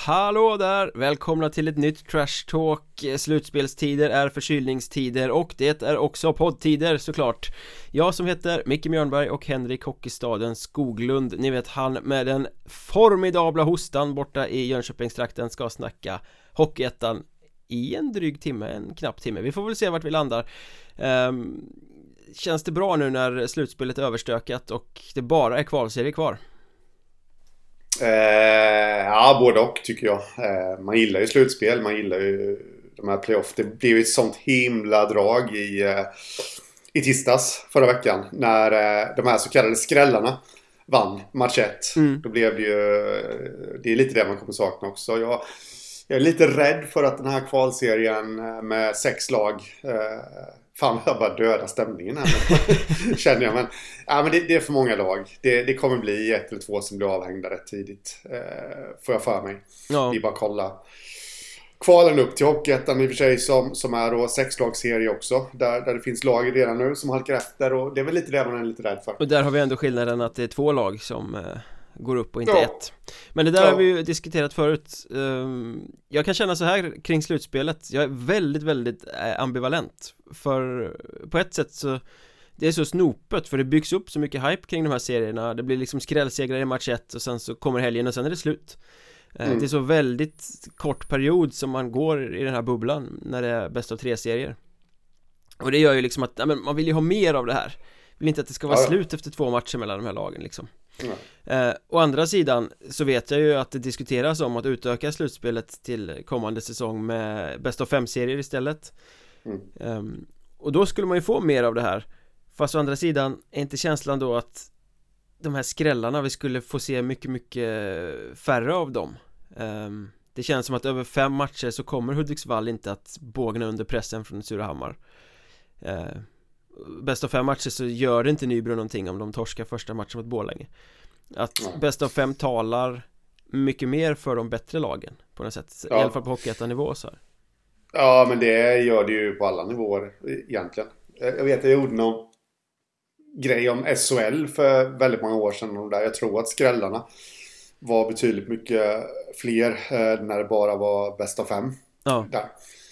Hallå där! Välkomna till ett nytt Trash Talk. Slutspelstider är förkylningstider och det är också poddtider såklart. Jag som heter Micke Mjörnberg och Henrik Hockeystaden Skoglund. Ni vet, han med den formidabla hostan borta i Jönköpingstrakten ska snacka Hockeyettan i en dryg timme, en knapp timme. Vi får väl se vart vi landar. Känns det bra nu när slutspelet är överstökat och det bara är kvalserie kvar? Ja, både och tycker jag. Man gillar ju slutspel, man gillar ju de här playoff. Det blev ju ett sånt himla drag i tisdags förra veckan när de här så kallade skrällarna vann match 1. Då blev det ju, det är lite det man kommer sakna också. Jag är lite rädd för att den här kvalserien med 6 lag fan, jag bara döda stämningen här känner jag, men det är för många lag. Det kommer bli 1 eller 2 som blir avhängda rätt tidigt, får jag för mig. Ja. Vi bara kolla kvalen upp till Hockeyettan i och för sig som är då 6-lagsserie också, där det finns lag redan nu som halkar efter, och det är väl lite det man är lite rädd för. Och där har vi ändå skillnaden att det är 2 lag som går upp och inte 1. Men det där har vi ju diskuterat förut. Jag kan känna så här kring slutspelet. Jag är väldigt, väldigt ambivalent. För på ett sätt så det är så snopet, för det byggs upp så mycket hype kring de här serierna. Det blir liksom skrällsegrar i match 1 och sen så kommer helgen och sen är det slut. Det är så väldigt kort period som man går i den här bubblan när det är bäst av 3-serier. Och det gör ju liksom att man vill ju ha mer av det här. Vill inte att det ska vara slut efter 2 matcher mellan de här lagen liksom. Å andra sidan så vet jag ju att det diskuteras om att utöka slutspelet till kommande säsong med bäst av 5-serier istället. Och då skulle man ju få mer av det här. Fast å andra sidan är inte känslan då att de här skrällarna, vi skulle få se mycket, mycket färre av dem. Det känns som att över 5 matcher så kommer Hudiksvall inte att bågna under pressen från Surahammar. Bäst av 5 matcher så gör det inte Nybro någonting om de torskar första matchen mot Borlänge. Att bäst av 5 talar mycket mer för de bättre lagen på något sätt, i alla fall på Hockeyettan-nivå så här. Ja, men det gör det ju på alla nivåer egentligen. Jag vet, jag gjorde någon grej om SHL för väldigt många år sedan, och där jag tror att skrällarna var betydligt mycket fler när det bara var bäst av 5 där.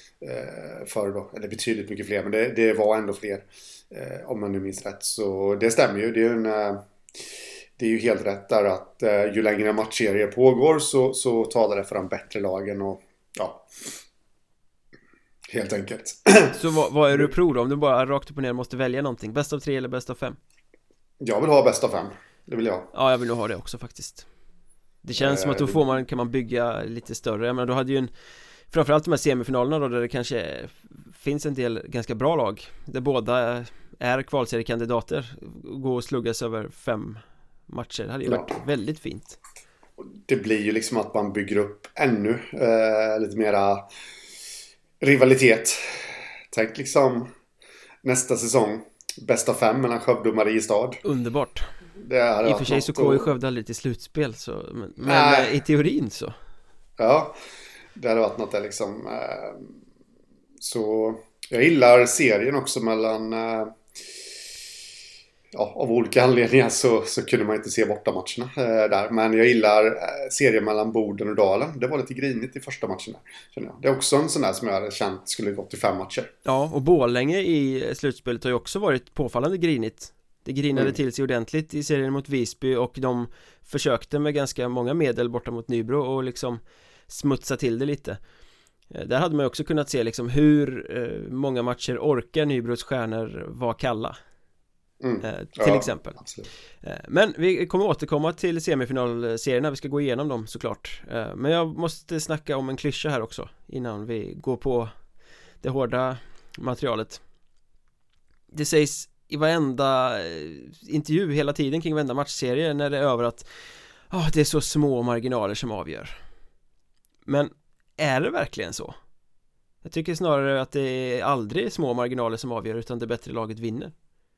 För då, eller betydligt mycket fler, men det var ändå fler, om man nu minns rätt. Så det stämmer ju, det är ju helt rätt där att ju längre matchserier pågår så talar det för de bättre lagen, och helt enkelt. Så vad är du pro då? Om du bara rakt upp och ner måste välja någonting, bäst av 3 eller bäst av 5? Jag vill ha bäst av 5, det vill jag. Ja, jag vill nog ha det också faktiskt. Det känns som att då kan man bygga lite större. Jag menar, då hade ju framförallt de här semifinalerna då, där det kanske finns en del ganska bra lag, där båda är kvalseriekandidater, gå och sluggas över 5 matcher, det hade ju varit väldigt fint. Det blir ju liksom att man bygger upp ännu lite mera rivalitet. Tänk liksom nästa säsong, bäst av 5 mellan Skövde och Mariestad. Underbart. I och för sig så går ju Skövde aldrig till slutspel så, men i teorin så. Ja, det hade varit något där liksom. Så jag gillar serien också mellan av olika anledningar så kunde man inte se bortamatcherna där. Men jag gillar serien mellan Boden och Dalen. Det var lite grinigt i första matchen där, känner jag. Det är också en sån där som jag hade känt skulle gå till 5 matcher. Ja, och Borlänge i slutspelet har ju också varit påfallande grinigt. Det grinade till sig ordentligt i serien mot Visby, och de försökte med ganska många medel borta mot Nybro och liksom smutsa till det lite. Där hade man också kunnat se liksom hur många matcher orkar Nybros stjärnor vara kalla. Till exempel. Men vi kommer återkomma till semifinalserierna. Vi ska gå igenom dem såklart. Men jag måste snacka om en klyscha här också innan vi går på det hårda materialet. Det sägs i varenda intervju hela tiden kring varenda matchserie när det är över att det är så små marginaler som avgör. Men är det verkligen så? Jag tycker snarare att det är aldrig små marginaler som avgör, utan det bättre laget vinner.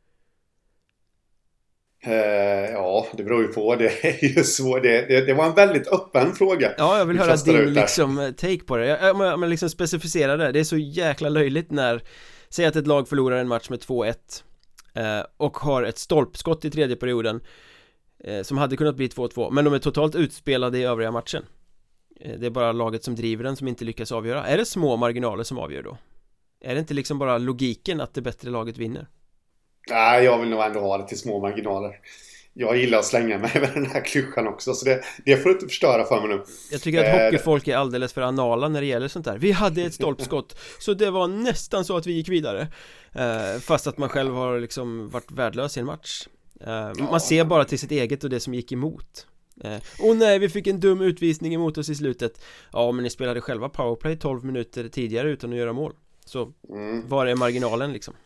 Ja, det beror ju på. Det är ju så. Det var en väldigt öppen fråga. Ja, jag vill höra din liksom take på det. Jag liksom specificera det. Det är så jäkla löjligt när, säg att ett lag förlorar en match med 2-1 och har ett stolpskott i tredje perioden som hade kunnat bli 2-2, men de är totalt utspelade i övriga matchen. Det är bara laget som driver den som inte lyckas avgöra. Är det små marginaler som avgör då? Är det inte liksom bara logiken att det bättre laget vinner? Nej, jag vill nog ändå ha det till små marginaler. Jag gillar att slänga mig med den här klyschan också, så det får du inte förstöra för mig nu. Jag tycker att hockeyfolk är alldeles för anala när det gäller sånt där. Vi hade ett stolpskott, så det var nästan så att vi gick vidare. Fast att man själv har liksom varit värdelös i en match. Man ser bara till sitt eget och det som gick emot. Nej, vi fick en dum utvisning emot oss i slutet. Ja, men ni spelade själva powerplay 12 minuter tidigare utan att göra mål. Så var är marginalen liksom?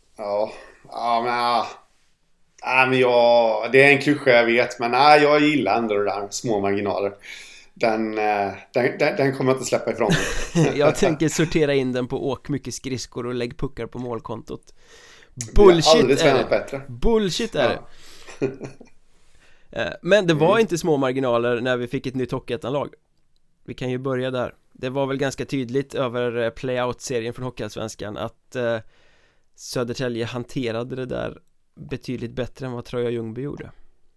Men det är en klyscha jag vet, men jag gillar ändå det där små marginaler. Den kommer jag inte släppa ifrån mig. Jag tänker sortera in den på åk mycket skridskor och lägg puckar på målkontot. Bullshit är det. Bättre. Bullshit är det. Men det var inte små marginaler när vi fick ett nytt Hockeyettan-lag. Vi kan ju börja där. Det var väl ganska tydligt över playout-serien från Hockeyallsvenskan att Södertälje hanterade det där betydligt bättre än vad Troja Ljungby gjorde.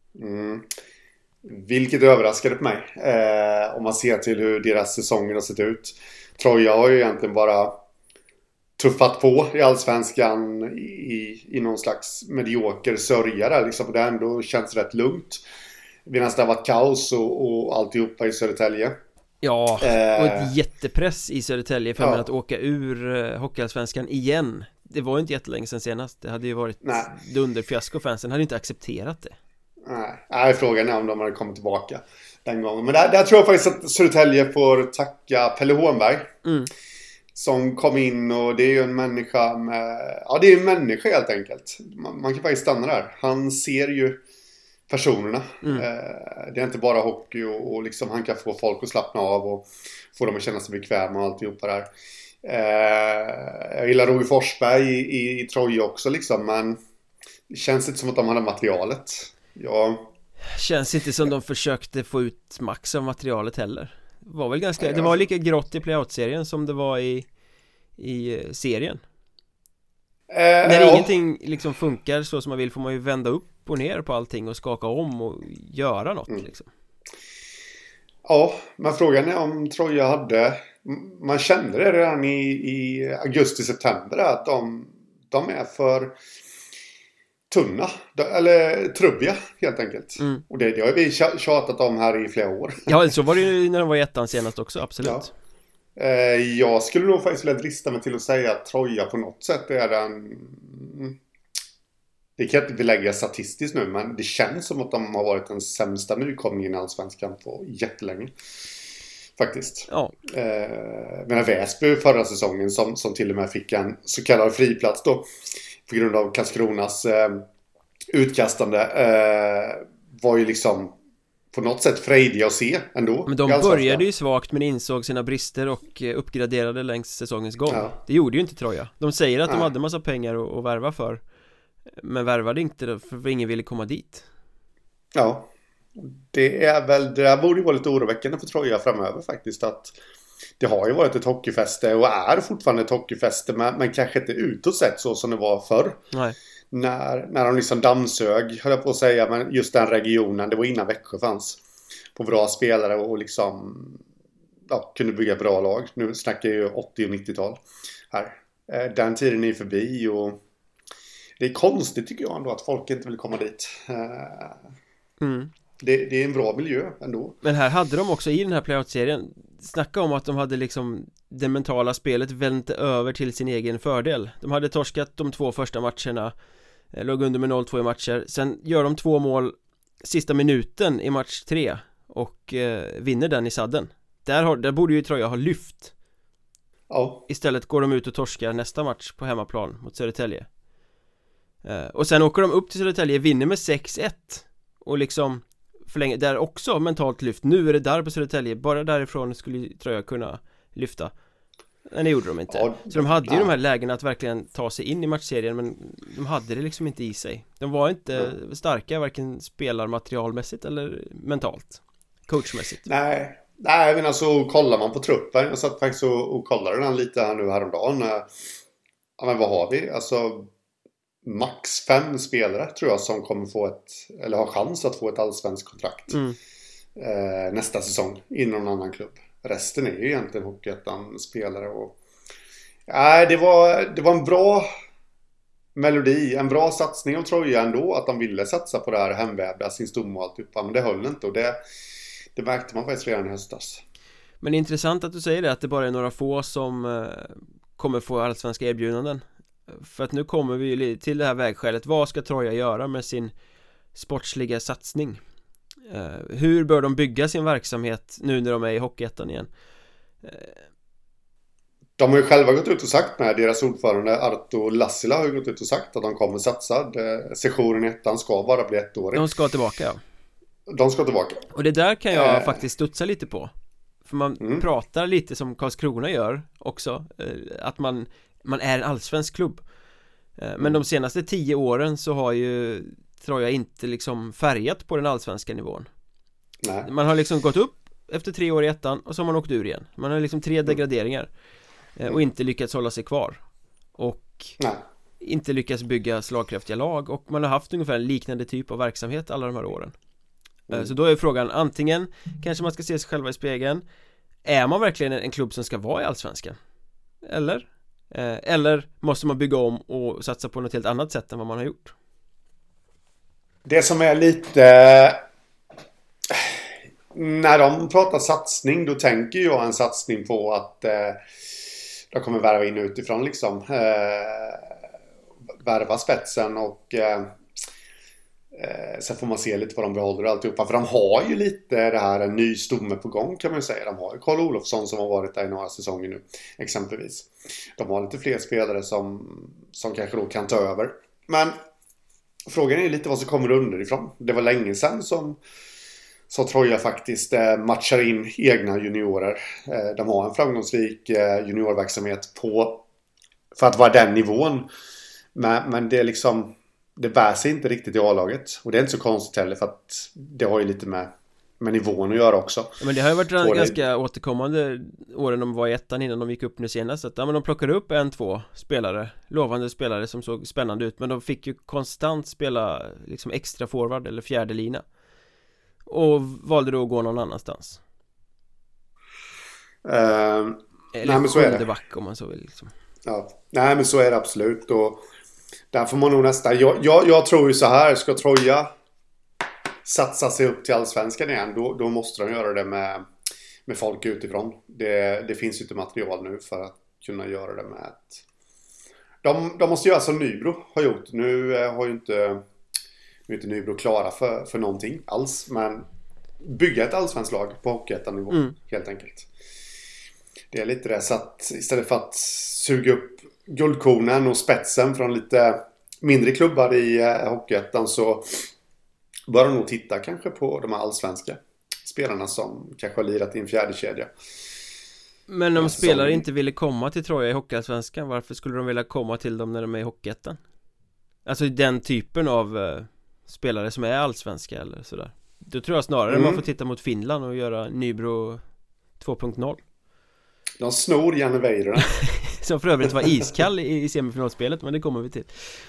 Vilket överraskade på mig. Om man ser till hur deras säsonger har sett ut. Troja har ju egentligen bara tuffat på i Allsvenskan i någon slags medioker sörja där liksom. Det ändå känns rätt lugnt. Vi nästan har varit kaos och alltihopa i Södertälje. Ja, och ett jättepress i Södertälje för att åka ur Hockeyallsvenskan igen. Det var ju inte jättelänge sedan senast. Det hade ju varit dunderfiasko. Fansen hade inte accepterat det. Nej, frågan är om de hade kommit tillbaka den gången. Men där tror jag faktiskt att Södertälje får tacka Pelle Hånberg. Som kom in, och det är ju en människa med... Ja, det är en människa helt enkelt. Man kan faktiskt stanna där. Han ser ju personerna. Det är inte bara hockey och liksom han kan få folk att slappna av och få dem att känna sig bekväma och alltihopa där. Jag gillar Roger Forsberg i Troja också liksom, men det känns inte som att de hade materialet. Känns inte som de försökte få ut max av materialet heller. Det var väl ganska, det var lika grått i playout-serien som det var i serien. När ingenting liksom funkar så som man vill får man ju vända upp och ner på allting och skaka om och göra något liksom. Ja, men frågan är om Troja hade... Man kände det redan i augusti-september att de är för tunna. Eller trubbiga helt enkelt. Och det har vi tjatat om här i flera år. Ja, så var det ju när de var i ettan senast också, absolut. Ja. Jag skulle nog faktiskt vilja drista mig till att säga att Troja på något sätt är den... Det kan jag inte belägga statistiskt nu, men det känns som att de har varit den sämsta nykomlingen i Allsvenskan på jättelänge. Faktiskt. Ja. Men Väsby förra säsongen som till och med fick en så kallad friplats då på grund av Karlskronas utkastande var ju liksom på något sätt frejdiga att se ändå. Men de började ju svagt men insåg sina brister och uppgraderade längs säsongens gång. Det gjorde ju inte Troja. De säger att de hade massa pengar att värva för, men värvade inte för ingen ville komma dit. Ja. Det är väl, det där borde ju vara lite oroväckande för Troja framöver faktiskt, att det har ju varit ett hockeyfäste och är fortfarande ett hockeyfäste, men kanske inte utåt sett så som det var förr. Nej. När de liksom dammsög, höll jag på att säga, men just den regionen, det var innan Växjö fanns på bra spelare och liksom kunde bygga bra lag. Nu snackar ju 80- och 90-tal här. Den tiden är förbi och det är konstigt tycker jag ändå att folk inte vill komma dit. Det är en bra miljö ändå. Men här hade de också i den här playout-serien snacka om att de hade liksom det mentala spelet vänt över till sin egen fördel. De hade torskat de 2 första matcherna, låg under med 0-2 i matcher. Sen gör de 2 mål sista minuten i match 3 och vinner den i sadden. Där borde ju Troja ha lyft. Ja. Istället går de ut och torskar nästa match på hemmaplan mot Södertälje. Och sen åker de upp till Södertälje, vinner med 6-1 och liksom förlänge, där också mentalt lyft. Nu är det där på Södertälje, bara därifrån skulle Troja kunna lyfta. Men det gjorde de inte. Så de hade ju de här lägena att verkligen ta sig in i matchserien, men de hade det liksom inte i sig. De var inte starka varken spelarmaterialmässigt eller mentalt, coachmässigt. Nej, men alltså kollar man på truppen, jag satt faktiskt och kollade den lite här nu häromdagen. Ja, men vad har vi? Alltså max 5 spelare tror jag som kommer få eller har chans att få ett allsvensk kontrakt nästa säsong inom någon annan klubb. resten är ju egentligen Hockeyettan-spelare. Och nej, det var en bra melodi, en bra satsning av Troja ändå, att de ville satsa på det här hemvävda, sin stomme och alltihopa, men det höll inte, och det märkte man faktiskt redan i höstas. Men det är intressant att du säger det, att det bara är några få som kommer få allsvenska erbjudanden. För att nu kommer vi till det här vägskälet. Vad ska Troja göra med sin sportsliga satsning? Hur bör de bygga sin verksamhet nu när de är i Hockeyettan igen? De har ju själva gått ut och sagt, med deras ordförande Arto Lassila har ju gått ut och sagt att de kommer satsa. Sessionen i ettan ska bara bli ettårig. De ska tillbaka, ja. De ska tillbaka. Och det där kan jag faktiskt studsa lite på. För man pratar lite som Karlskrona gör också, att man är en allsvensk klubb. Men de senaste 10 åren så har ju Troja inte liksom färgat på den allsvenska nivån. Nej. Man har liksom gått upp efter 3 år i ettan och så har man åkt ur igen. Man har liksom 3 degraderingar och inte lyckats hålla sig kvar. Och inte lyckats bygga slagkraftiga lag, och man har haft ungefär en liknande typ av verksamhet alla de här åren. Så då är frågan, antingen kanske man ska se sig själva i spegeln. Är man verkligen en klubb som ska vara i allsvenskan? Eller måste man bygga om och satsa på något helt annat sätt än vad man har gjort? Det som är lite... När de pratar satsning, då tänker jag en satsning på att de kommer värva in utifrån liksom. Värva spetsen, och sen får man se lite vad de behåller och alltihopa. För de har ju lite det här, en ny stomme på gång kan man ju säga. De har ju Karl Olofsson som har varit där i några säsonger nu, exempelvis. De har lite fler spelare som kanske då kan ta över. Men frågan är lite vad som kommer underifrån. Det var länge sedan som Troja faktiskt matchar in egna juniorer. De har en framgångsrik juniorverksamhet för att vara den nivån. Men det är liksom, det bär sig inte riktigt i A-laget. Och det är inte så konstigt heller, för att det har ju lite med nivån att göra också. Men det har ju varit ganska återkommande åren de var i ettan innan de gick upp nu senast, att men de plockade upp 1-2 spelare, lovande spelare som såg spännande ut, men de fick ju konstant spela liksom extra forward eller fjärde lina, och valde då att gå någon annanstans. Eller men så är det. Back, om man så vill liksom. Ja, nej men så är det absolut, och där får man nog nästan, jag tror ju så här, ska Troja satsa sig upp till allsvenskan igen, då måste de göra det med folk utifrån. Det finns ju inte material nu för att kunna göra det med de måste göra som Nybro har gjort. Nu har ju inte Nybro klara för någonting alls, men bygga ett allsvenskt lag på Hockeyettan-nivå helt enkelt. Det är lite det, så att istället för att suga upp guldkornen och spetsen från lite mindre klubbar i Hockeyettan, så bör de nog titta kanske på de här allsvenska spelarna som kanske har lirat i en fjärde kedja. Men om spelare inte ville komma till Troja i Hockeyallsvenskan, varför skulle de vilja komma till dem när de är i Hockeyettan? Alltså den typen av spelare som är allsvenska eller sådär. Då tror jag snarare man får titta mot Finland och göra Nybro 2.0. De snor Janne Weirerna. Som för övrigt var iskall i semifinalspelet, men det kommer vi till.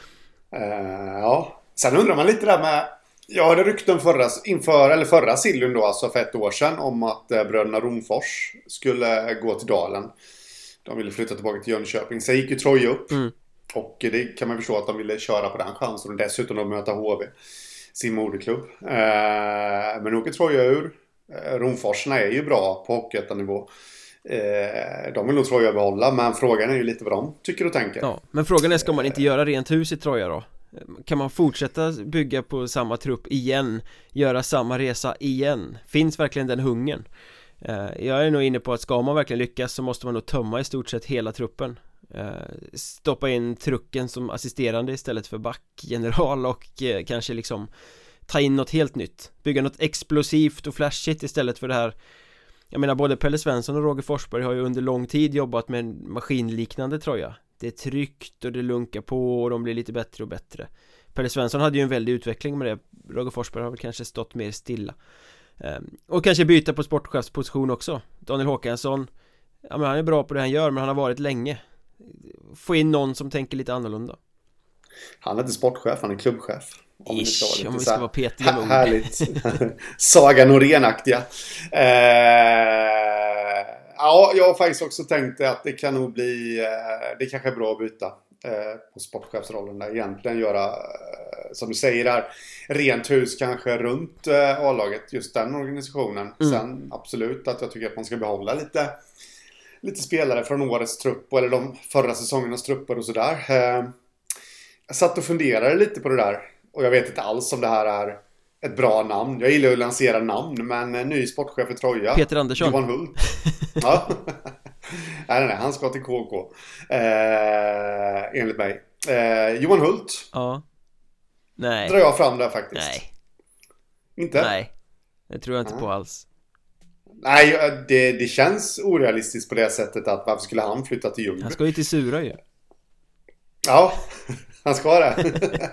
Ja, sen undrar man lite där med, jag hade rykten förra Sillen då, alltså för 1 år sedan, om att bröderna Romfors skulle gå till Dalen. De ville flytta tillbaka till Jönköping. Sen gick ju Troja upp. Och det kan man förstå att de ville köra på den chansen. Och dessutom de möta HV, sin moderklubb. Men nu åker Troja ur. Romforsarna är ju bra på Hockeyettan-nivå. De vill nog Troja behålla, men frågan är ju lite vad de tycker och tänker. Ja, men frågan är, ska man inte göra rent hus i Troja då? Kan man fortsätta bygga på samma trupp igen, göra samma resa igen? Finns verkligen den hungern? Jag är nog inne på att ska man verkligen lyckas så måste man nog tömma i stort sett hela truppen. Stoppa in trucken som assisterande istället för backgeneral, och kanske liksom ta in något helt nytt. Bygga något explosivt och flashigt istället för det här. Jag menar, både Pelle Svensson och Roger Forsberg har ju under lång tid jobbat med en maskinliknande Troja. Det är tryggt och det lunkar på och de blir lite bättre och bättre. Pelle Svensson hade ju en väldig utveckling med det. Roger Forsberg har väl kanske stått mer stilla. Och kanske byta på sportchefsposition också. Daniel Håkansson, ja, men han är bra på det han gör, men han har varit länge. Få in någon som tänker lite annorlunda. Han är inte sportchef, han är klubbchef. Om vi ska vara petiga. Härligt. Saga Norén-aktiga. Ja, jag har faktiskt också tänkt att det kan nog bli... Det kanske är bra att byta på sportchefsrollen där. Egentligen göra, som du säger där, rent hus kanske runt A-laget. Just den organisationen. Sen absolut att jag tycker att man ska behålla lite spelare från årets trupp. Eller de förra säsongernas trupper och sådär. Jag satt och funderade lite på det där. Och jag vet inte alls om det här är ett bra namn. Jag gillar att lansera namn, men ny sportchef i Troja. Peter Andersson. Johan Hult. Ja. nej, han ska till KK. Enligt mig. Johan Hult. Ja. Nej. Drar jag fram där faktiskt. Nej. Inte? Nej. Det tror jag inte på alls. Nej, det känns orealistiskt på det sättet att varför skulle han flytta till Ljungby? Han ska ju till Sura ju. Ja, han ska det.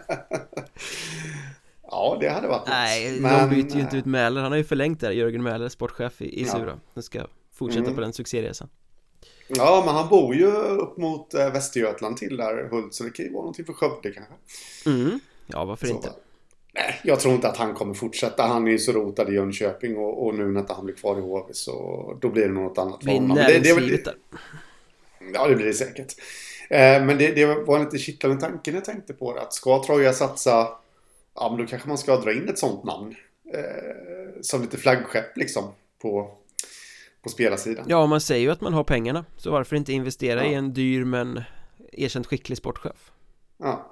Ja, det hade varit Nej, men... de byter ju inte ut Mäler. Han har ju förlängt där, Jörgen Mäler, sportchef i Sura. Han ska fortsätta på den succéresan. Ja, men han bor ju upp mot Västergötland till där, Hult. Så det kan ju vara någonting för Skövde kanske. Ja, varför inte? Nej, jag tror inte att han kommer fortsätta. Han är ju så rotad i Jönköping och nu när han blir kvar i HV så då blir det något annat för honom. Näringslivet där. Ja, det blir det säkert. Men det var lite kittlande tanken jag tänkte på det. Att ska Troja satsa, ja men då kanske man ska dra in ett sånt namn. Som lite flaggskepp liksom på spelarsidan. Ja, man säger ju att man har pengarna. Så varför inte investera i en dyr men erkänt skicklig sportchef? Ja.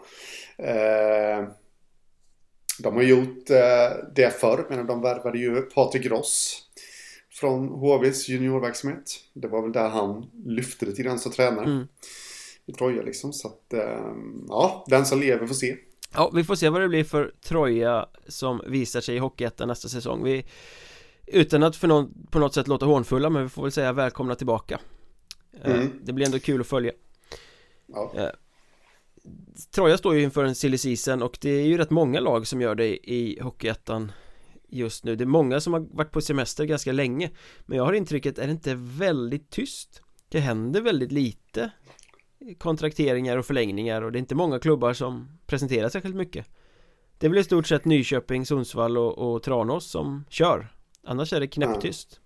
De har gjort det förr, men de värvade ju Patrik Ross från HVs juniorverksamhet. Det var väl där han lyfte det till den som tränare i Troja liksom. Så att, ja, den som lever får se. Ja, vi får se vad det blir för Troja som visar sig i Hockeyettan nästa säsong. Utan att på något sätt låta hånfulla, men vi får väl säga välkomna tillbaka. Det blir ändå kul att följa. Ja. Troja står ju inför en silly season och det är ju rätt många lag som gör det i Hockeyettan just nu. Det är många som har varit på semester ganska länge, men jag har intrycket, är det inte väldigt tyst? Det händer väldigt lite kontrakteringar och förlängningar och det är inte många klubbar som presenterar särskilt mycket. Det är väl i stort sett Nyköping, Sundsvall och Tranås som kör. Annars är det knäpptyst.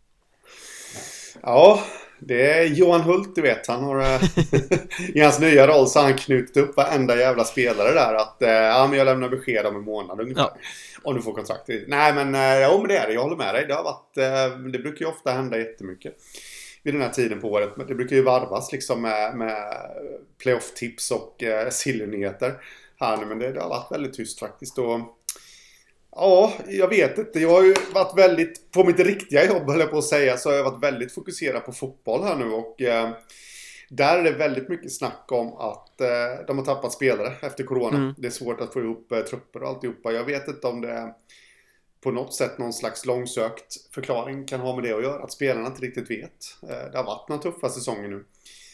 Ja, det är Johan Hult, du vet. Han har i hans nya roll så har han knutit upp varenda jävla spelare där att men jag lämnar besked om en månad ungefär. Om du får kontrakt. Nej, men men det är det. Jag håller med dig. Det har varit, det brukar ju ofta hända jättemycket vid den här tiden på året. Men det brukar ju varvas liksom med playoff-tips och silly-nyheter här nu. Men det har varit väldigt tyst faktiskt. Och ja, jag vet inte. Jag har ju varit väldigt, på mitt riktiga jobb höll jag på att säga, så har jag varit väldigt fokuserad på fotboll här nu. Och där är det väldigt mycket snack om att de har tappat spelare efter corona. Det är svårt att få ihop trupper och alltihopa. Jag vet inte om det på något sätt någon slags långsökt förklaring kan ha med det att göra. Att spelarna inte riktigt vet. Det har varit några tuffa säsonger nu.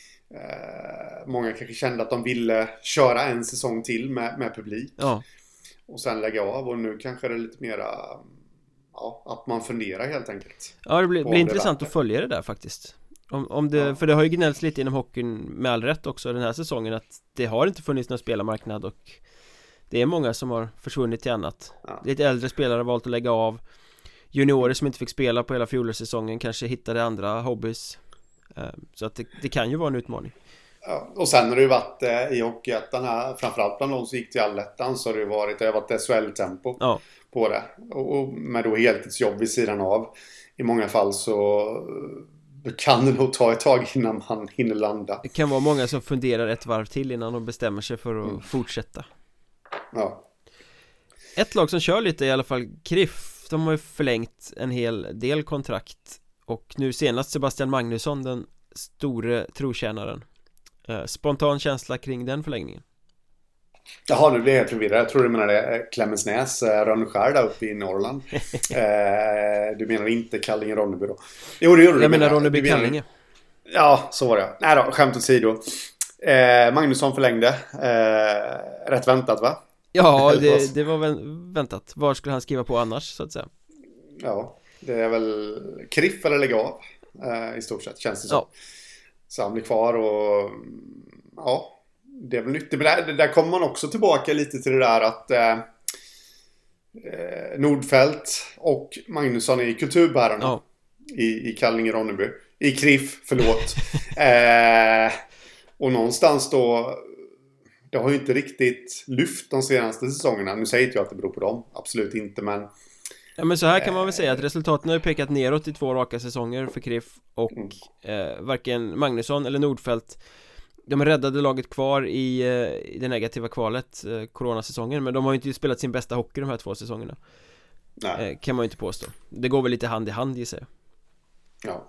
Många kanske kände att de ville köra en säsong till med publik. Ja. Och sen lägga av, och nu kanske det är lite mera att man funderar helt enkelt. Ja, det blir intressant att följa det där faktiskt. Om det, för det har ju gnällts lite inom hockeyn med all rätt också den här säsongen att det har inte funnits någon spelarmarknad och det är många som har försvunnit till annat. Lite äldre spelare har valt att lägga av. Juniorer som inte fick spela på hela fjolårssäsongen kanske hittade andra hobbys. Så att det kan ju vara en utmaning. Ja, och sen har det ju varit i Hockeyettan här, framförallt bland de som gick till Allettan, så har det varit SHL-tempo på det. Och med då heltidsjobb vid sidan av. I många fall så kan det nog ta ett tag innan man hinner landa. Det kan vara många som funderar ett varv till innan de bestämmer sig för att fortsätta. Ja. Ett lag som kör lite i alla fall, KRIF, de har ju förlängt en hel del kontrakt. Och nu senast Sebastian Magnusson, den store trotjänaren. Spontan känsla kring den förlängningen? Jaha, nu blir jag helt förvirrad. Jag tror du menade Klemensnäs, Rönnskär där uppe i Norrland. Du menar inte Kallinge-Ronneby då? Jo, det gjorde du. Jag menar Ronneby-Kallinge. Ja, så var det. Nej då, skämt åsido. Magnusson förlängde. Rätt väntat, va? Ja, det var väl väntat. Var skulle han skriva på annars, så att säga? Ja, det är väl KRIF eller lägga av i stort sett, känns det så. Ja. Så han blir kvar och ja, det är väl nyttigt. Men där kommer man också tillbaka lite till det där att Nordfeldt och Magnusson är kulturbärarna i Kallinge-Ronneby. I Kriff, förlåt. Och någonstans då, det har ju inte riktigt lyft de senaste säsongerna. Nu säger inte jag att det beror på dem, absolut inte, men... Ja, men så här kan man väl säga att resultaten har ju pekat neråt i 2 raka säsonger för Kriff och varken Magnusson eller Nordfeldt, de räddade laget kvar i det negativa kvalet, coronasäsongen, men de har ju inte spelat sin bästa hockey de här 2 säsongerna. Kan man ju inte påstå. Det går väl lite hand i hand i sig. Ja.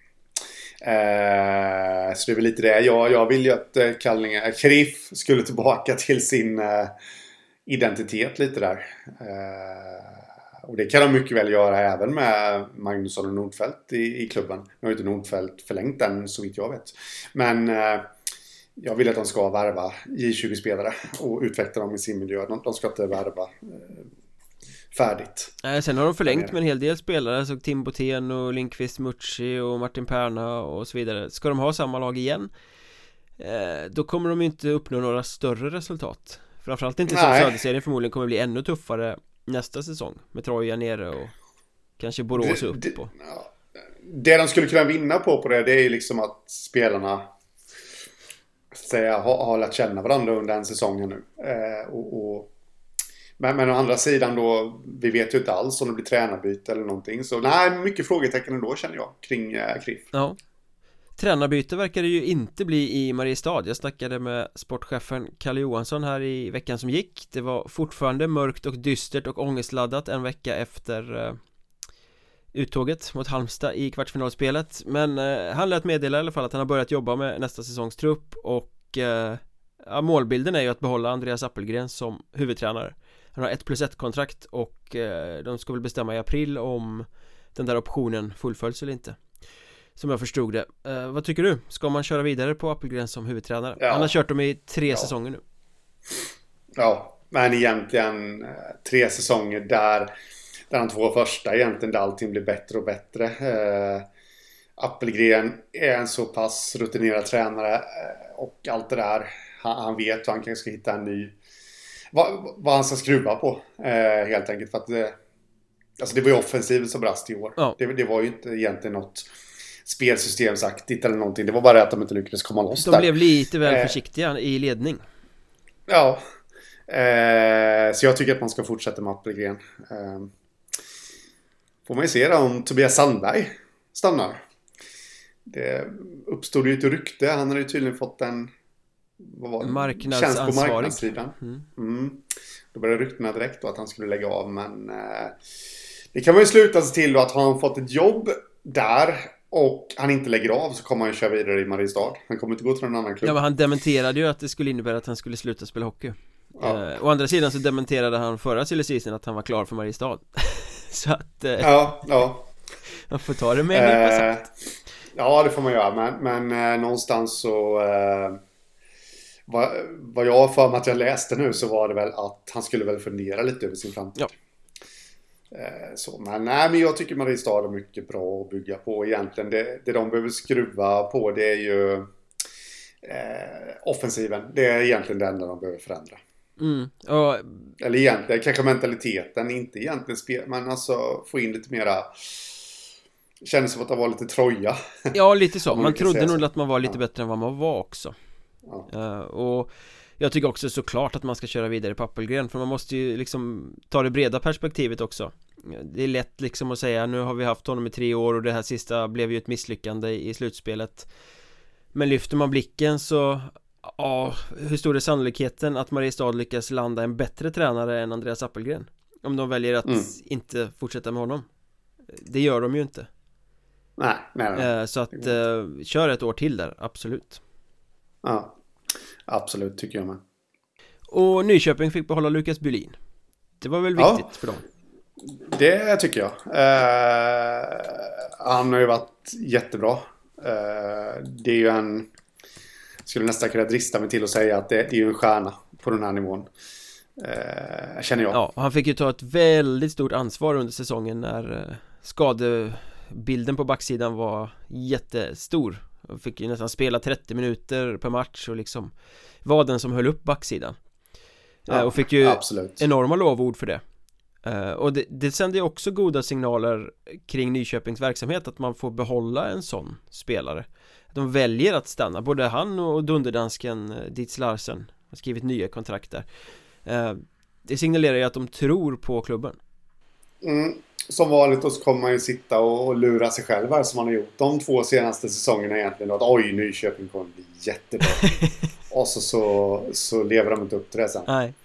Så det är väl lite det. Jag vill ju att Kriff skulle tillbaka till sin identitet lite där. Och det kan de mycket väl göra även med Magnusson och Nordfeldt i klubben. Nu har ju inte Nordfeldt förlängt den så vitt jag vet. Men jag vill att de ska värva J20-spelare och utveckla dem i sin miljö. De ska inte värva färdigt. Sen har de förlängt med en hel del spelare, så Tim Botén och Lindqvist Mucci och Martin Perna och så vidare. Ska de ha samma lag igen, då kommer de inte uppnå några större resultat. Framförallt inte som Söderserien förmodligen kommer bli ännu tuffare nästa säsong med Troja nere och kanske Borås upp på. Det de skulle kunna vinna på det är ju liksom att spelarna har lärt känna varandra under en säsong nu. Men å andra sidan då, vi vet ju inte alls om det blir tränarbyte eller någonting. Så nej, mycket frågetecken ändå känner jag kring Kriff. Ja. Tränarbyte verkar det ju inte bli i Mariestad. Jag snackade med sportchefen Kalle Johansson här i veckan som gick. Det var fortfarande mörkt och dystert och ångestladdat en vecka efter uttåget mot Halmstad i kvartsfinalspelet. Men han lät meddela i alla fall att han har börjat jobba med nästa säsongs trupp. Och målbilden är ju att behålla Andreas Appelgren som huvudtränare. Han har 1+1-kontrakt och de ska väl bestämma i april om den där optionen fullföljs eller inte, som jag förstod det. Vad tycker du? Ska man köra vidare på Appelgren som huvudtränare? Ja. Han har kört dem i 3 säsonger nu. Ja, men egentligen 3 säsonger där de 2 första egentligen där allting blir bättre och bättre. Appelgren är en så pass rutinerad tränare och allt det där. Han vet hur han kanske ska hitta en ny... Vad han ska skruva på helt enkelt, för att alltså det var ju offensiven som brast i år. Ja. Det var ju inte egentligen något spelsystemsaktigt eller någonting. Det var bara att de inte lyckades komma loss. De blev lite väl försiktiga i ledning. Ja. Så jag tycker att man ska fortsätta med Appelgren. Får man ju se då om Tobias Sandberg stannar. Det uppstod ju ett rykte. Han hade ju tydligen fått en tjänst på marknadssidan. Då började ryktena direkt då att han skulle lägga av. Men det kan man ju sluta sig till då, att har han fått ett jobb där och han inte lägger av, så kommer han ju köra vidare i Mariestad. Han kommer inte gå till någon annan klubb. Ja, men han dementerade ju att det skulle innebära att han skulle sluta spela hockey. Å andra sidan så dementerade han förra silly season att han var klar för Mariestad. Så att man får ta det med en nypa salt. Ja, det får man göra. Men någonstans så vad jag för mig att jag läste nu, så var det väl att han skulle väl fundera lite över sin framtid. Men jag tycker Mariestad är mycket bra att bygga på. Egentligen det de behöver skruva på, det är ju offensiven. Det är egentligen det enda de behöver förändra. Eller egentligen kanske mentaliteten, inte egentligen spel, men alltså få in lite mera. Känns som att det var lite Troja. Ja, lite så. Man trodde nog att man var lite bättre än vad man var också. Och jag tycker också såklart att man ska köra vidare på Appelgren, för man måste ju liksom ta det breda perspektivet också. Det är lätt liksom att säga, nu har vi haft honom i 3 år och det här sista blev ju ett misslyckande i slutspelet. Men lyfter man blicken så hur stor är sannolikheten att Mariestad lyckas landa en bättre tränare än Andreas Appelgren om de väljer att inte fortsätta med honom? Det gör de ju inte. Nej. Så att kör ett år till där, absolut. Ja, absolut tycker jag med. Och Nyköping fick behålla Lukas Bylin. Det var väl viktigt för dem? Det tycker jag. Han har ju varit jättebra. Det är ju skulle nästan kunna drista mig till att säga att det är ju en stjärna på den här nivån. Känner jag. Ja, han fick ju ta ett väldigt stort ansvar under säsongen när skadebilden på backsidan var jättestor. Han fick ju nästan spela 30 minuter per match och liksom var den som höll upp backsidan. Och fick ju enorma lovord för det. Och det sänder ju också goda signaler kring Nyköpings verksamhet, att man får behålla en sån spelare. De väljer att stanna, både han och dunderdansken Dietz Larsen har skrivit nya kontrakt där. Det signalerar ju att de tror på klubben. Som vanligt så kommer man ju sitta och lura sig själv här, som man har gjort de 2 senaste säsongerna egentligen, att oj, Nyköping kommer bli jättebra. Och så lever de inte upp till det sen. Nej.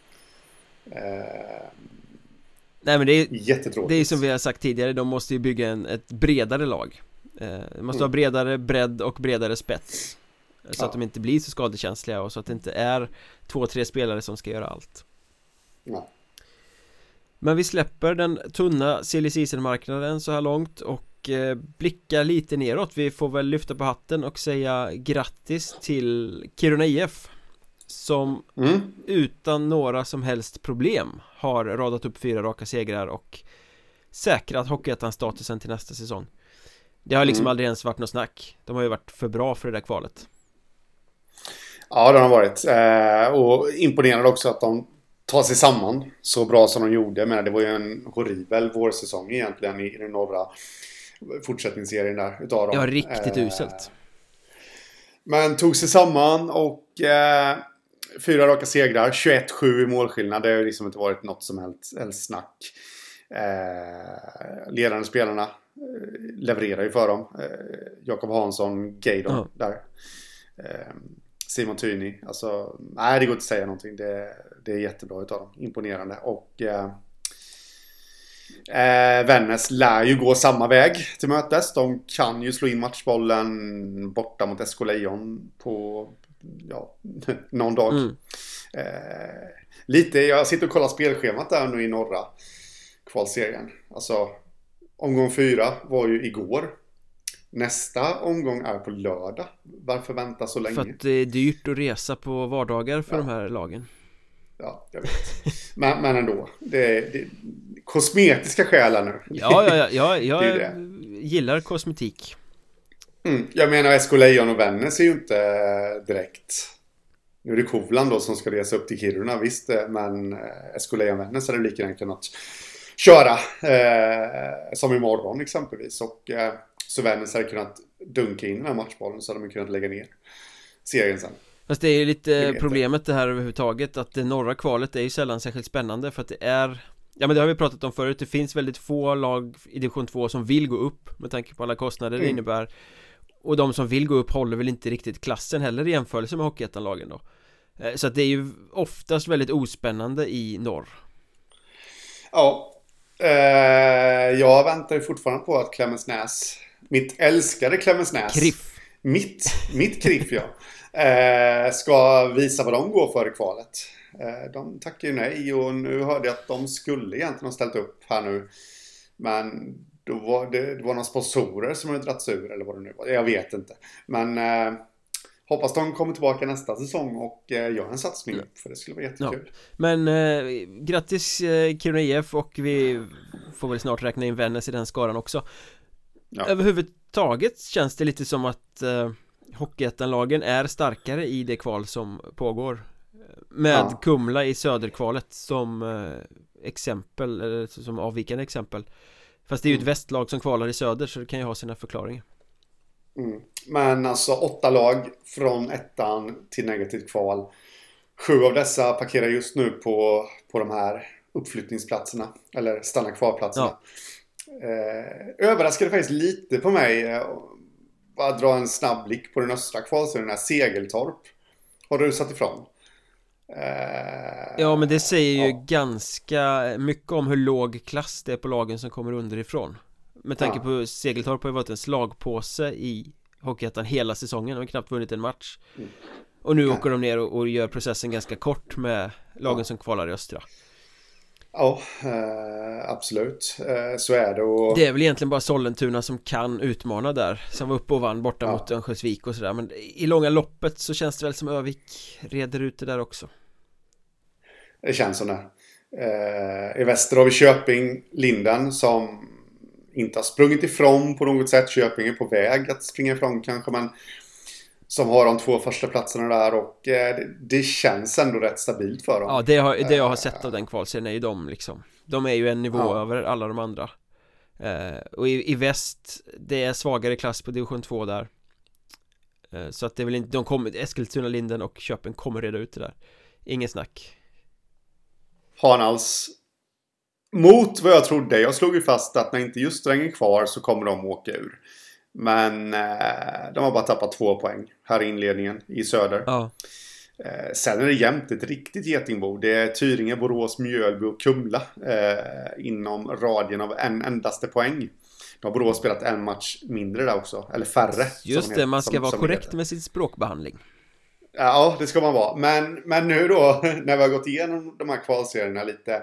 Nej, men det är jättetråkigt. Det är som vi har sagt tidigare, de måste ju bygga ett bredare lag. De måste ha bredare bredd och bredare spets, så att de inte blir så skadekänsliga, och så att det inte är 2-3 spelare som ska göra allt. Ja. Men vi släpper den tunna silly season-marknaden så här långt och blickar lite neråt. Vi får väl lyfta på hatten och säga grattis till Kiruna IF, som utan några som helst problem har radat upp 4 raka segrar och säkrat Hockeyettan-statusen till nästa säsong. Det har liksom aldrig ens varit något snack. De har ju varit för bra för det där kvalet. Ja, det har varit. Och imponerande också att de tar sig samman så bra som de gjorde. Men det var ju en horribel vårsäsong egentligen i den norra fortsättningsserien där utav dem. Ja, riktigt uselt. Men tog sig samman och 4 raka segrar, 21-7 i målskillnad. Det har ju liksom inte varit något som helst snack. Ledande spelarna levererar ju för dem. Jakob Hansson, Gaydon där. Simon Tyni. Alltså, nej, det går inte att säga någonting. Det är jättebra utav dem. Imponerande. Och Vännäs lär ju gå samma väg till mötes. De kan ju slå in matchbollen borta mot SK Lejon på någon dag. Lite, jag sitter och kollar spelschemat där nu i norra kvalserien. Alltså, omgång 4 var ju igår. Nästa omgång är på lördag. Varför vänta så länge? För att det är dyrt att resa på vardagar för de här lagen. Ja, jag vet. men ändå. Det är kosmetiska skäl nu. Jag gillar kosmetik. Jag menar, SK Lejon och Vännäs är ju inte direkt. Nu är det Kovland då som ska resa upp till Kiruna, visst. Men SK Lejon och Vännäs hade lika enkelt att köra. Som imorgon exempelvis. Och så Vännäs hade kunnat dunka in den här matchbollen, så hade de kunnat lägga ner serien sen. Fast det är ju lite problemet det här överhuvudtaget, att det norra kvalet är ju sällan särskilt spännande, för att det är, ja men det har vi pratat om förut, det finns väldigt få lag i division 2 som vill gå upp med tanke på alla kostnader det innebär, och de som vill gå upp håller väl inte riktigt klassen heller i jämförelse med Hockeyettan-lagen då. Så att det är ju oftast väldigt ospännande i norr. Ja, jag väntar ju fortfarande på att Klemensnäs, mitt älskade Klemensnäs, Kriff. Mitt Kriff, ja, ska visa vad de går för i kvalet. De tackar ju nej, och nu hörde jag att de skulle egentligen ha ställt upp här nu, men då var det var några sponsorer som hade dragits ur, eller vad det nu var, jag vet inte, men hoppas de kommer tillbaka nästa säsong och gör en satsning upp, för det skulle vara jättekul. Ja. Men grattis Kiruna IF, och vi får väl snart räkna in Vännäs i den skaran också. Ja. Överhuvudtaget känns det lite som att Hockeyettan-lagen är starkare i det kval som pågår, med Kumla i söderkvalet som exempel, eller som avvikande exempel. Fast det är ju ett västlag som kvalar i söder, så det kan ju ha sina förklaringar. Men alltså 8 lag från ettan till negativt kval. 7 av dessa parkerar just nu på de här uppflyttningsplatserna, eller stanna kvar-platserna. Överraskade faktiskt lite på mig. Bara dra en snabb blick på den östra kvalserien, den här Segeltorp har du satt ifrån. Ja, men det säger ju ganska mycket om hur låg klass det är på lagen som kommer underifrån. Med tanke på Segeltorp har ju varit en slagpåse i Hockeyettan hela säsongen och har knappt vunnit en match. Och nu åker de ner och gör processen ganska kort med lagen som kvalar i östra. Ja, absolut. Så är det. Och det är väl egentligen bara Sollentuna som kan utmana där, som var uppe och vann borta mot Örnsköldsvik och sådär. Men i långa loppet så känns det väl som Övik reder ut det där också. Det känns som det. I väster har vi Köping, Linden, som inte har sprungit ifrån på något sätt. Köping är på väg att springa ifrån kanske, men som har de 2 första platserna där, och det känns ändå rätt stabilt för dem. Ja, det jag har sett av den kvalserien är ju de liksom De är ju en nivå över alla de andra. Och i väst, det är svagare klass på division 2 där. Så att det är väl inte, Eskilstuna, Linden och Köpen kommer reda ut det där. Ingen snack. Hanals, mot vad jag trodde, jag slog ju fast att när inte just är kvar så kommer de åka ur. Men de har bara tappat 2 poäng här i inledningen i söder. Ja. Sen är det jämnt ett riktigt getingbo. Det är Tyringe, Borås, Mjölby och Kumla inom radien av en endaste poäng. De har Borås spelat en match mindre där också, eller färre. Just det, man ska vara korrekt med sin språkbehandling. Ja, det ska man vara. Men nu då, när vi har gått igenom de här kvalserierna lite,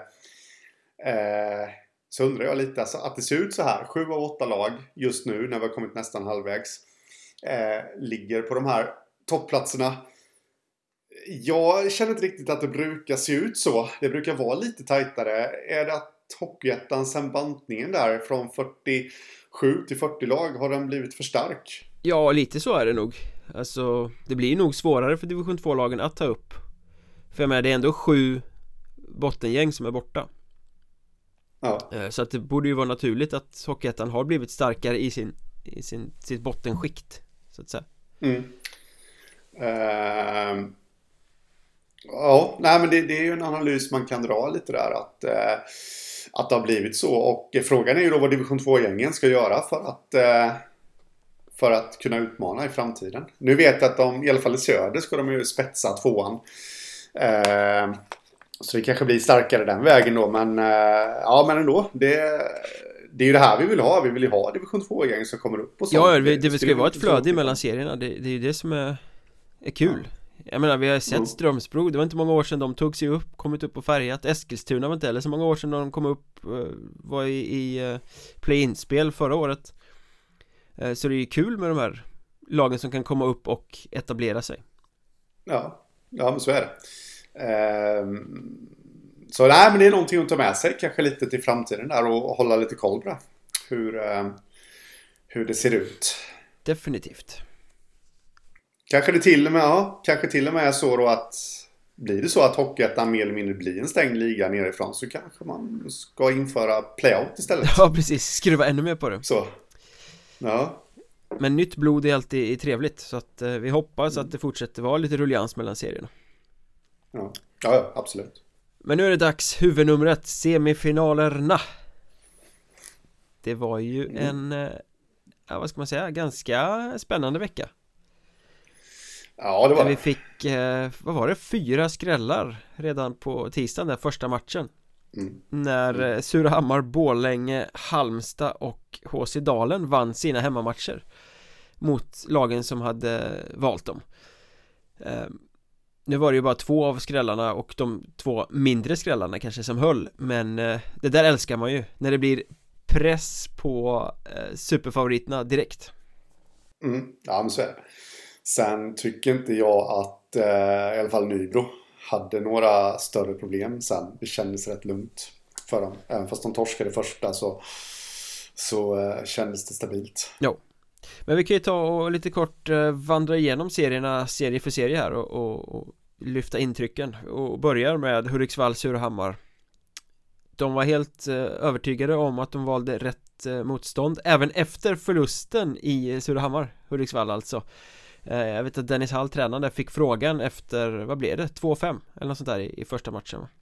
så undrar jag lite alltså, att det ser ut så här. 7 av 8 lag just nu, när vi har kommit nästan halvvägs, ligger på de här toppplatserna. Jag känner inte riktigt att det brukar se ut så. Det brukar vara lite tajtare. Är det att Hockeyettan sen bantningen där från 47 till 40 lag, har den blivit för stark? Ja, lite så är det nog. Alltså, det blir nog svårare för division 2-lagen att ta upp. För jag menar, det är ändå 7 bottengäng som är borta. Ja. Så att det borde ju vara naturligt att Hockeyettan har blivit starkare i sitt bottenskikt, så att säga. Ja, nej, men det är ju en analys man kan dra lite där, att det har blivit så. Och frågan är ju då vad division 2-gängen ska göra för att kunna utmana i framtiden. Nu vet jag att de, i alla fall i söder, ska de ju spetsa 2:an. Så det kanske blir starkare den vägen då. Men ja, men ändå. Det är ju det här vi vill ha. Vi vill ju ha division 2-gäng som kommer upp och sånt. Ja, det ska ju vara ett flöde mellan serierna. Det är ju det som är kul. Jag menar, vi har sett Strömsbro. Det var inte många år sedan de tog sig upp, kommit upp och färgat. Eskilstuna var inte heller så många år sedan de kom upp, var i play-in-spel förra året. Så det är ju kul med de här lagen som kan komma upp och etablera sig. Ja, men så är det. Så nej, men det är någonting att ta med sig kanske lite till framtiden där och hålla lite koll på hur det ser ut. Definitivt. Kanske till och med är så då att blir det så att Hockeyettan mer eller mindre blir en stängd liga nerifrån, så kanske man ska införa playout istället. Ja, precis. Skruva ännu mer på det. Så. Ja. Men nytt blod är alltid trevligt, så att vi hoppas att det fortsätter vara lite rullians mellan serierna. Ja, absolut. Men nu är det dags, huvudnumret, semifinalerna. Det var ju en, vad ska man säga, ganska spännande vecka. Ja, det var det. Vi fick, vad var det, 4 skrällar redan på tisdagen, där första matchen. När Surahammar, Borlänge, Halmstad och HC Dalen vann sina hemmamatcher mot lagen som hade valt dem. Nu var det ju bara 2 av skrällarna och de 2 mindre skrällarna kanske som höll. Men det där älskar man ju, när det blir press på superfavoriterna direkt. Ja, men så är det. Sen tycker inte jag att i alla fall Nybro hade några större problem sen. Det kändes rätt lugnt för dem. Även fast de torskade första så kändes det stabilt. Jo. Men vi kan ju ta och lite kort vandra igenom serierna serie för serie här och lyfta intrycken. Och börjar med Hudiksvall-Surahammar. De var helt övertygade om att de valde rätt motstånd även efter förlusten i Surahammar, Hudiksvall alltså. Jag vet att Dennis Hall, tränaren, fick frågan efter, vad blev det? 2-5 eller något sånt där i första matchen, va?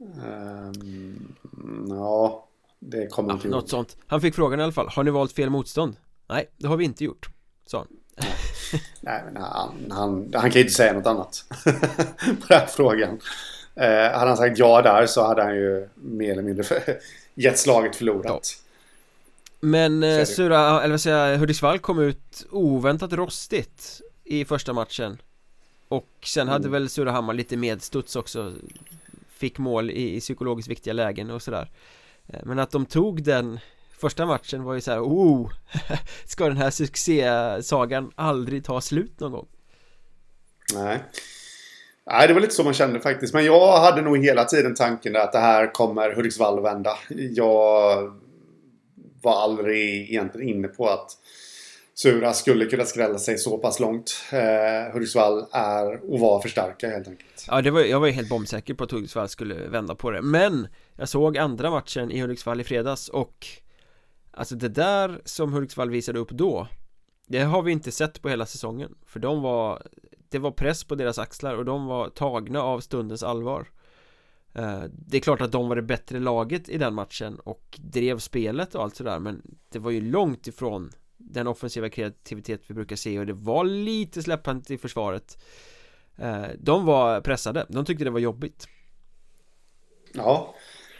Ja, det kommer inte något sånt. Han fick frågan i alla fall, har ni valt fel motstånd? Nej, det har vi inte gjort, sa han. Nej, men han kan ju inte säga något annat på den här frågan. Hade han sagt ja där så hade han ju mer eller mindre gett slaget förlorat. Ja. Men Hudiksvall kom ut oväntat rostigt i första matchen. Och sen hade väl Surahammar lite medstuds också. Fick mål i psykologiskt viktiga lägen och sådär. Men att de tog den första matchen var ju så här: ska den här succésagan aldrig ta slut någon gång? Nej, det var lite så man kände faktiskt. Men jag hade nog hela tiden tanken att det här kommer Hudiksvall att vända. Jag var aldrig egentligen inne på att Sura skulle kunna skrälla sig så pass långt. Hudiksvall är och var för starka helt enkelt. Ja, jag var ju helt bombsäker på att Hudiksvall skulle vända på det. Men jag såg andra matchen i Hudiksvall i fredags, och alltså det där som Hudiksvall visade upp då, det har vi inte sett på hela säsongen. För det var press på deras axlar och de var tagna av stundens allvar. Det är klart att de var det bättre laget i den matchen och drev spelet och allt sådär, men det var ju långt ifrån den offensiva kreativitet vi brukar se, och det var lite släppant i försvaret. De var pressade, de tyckte det var jobbigt. Ja.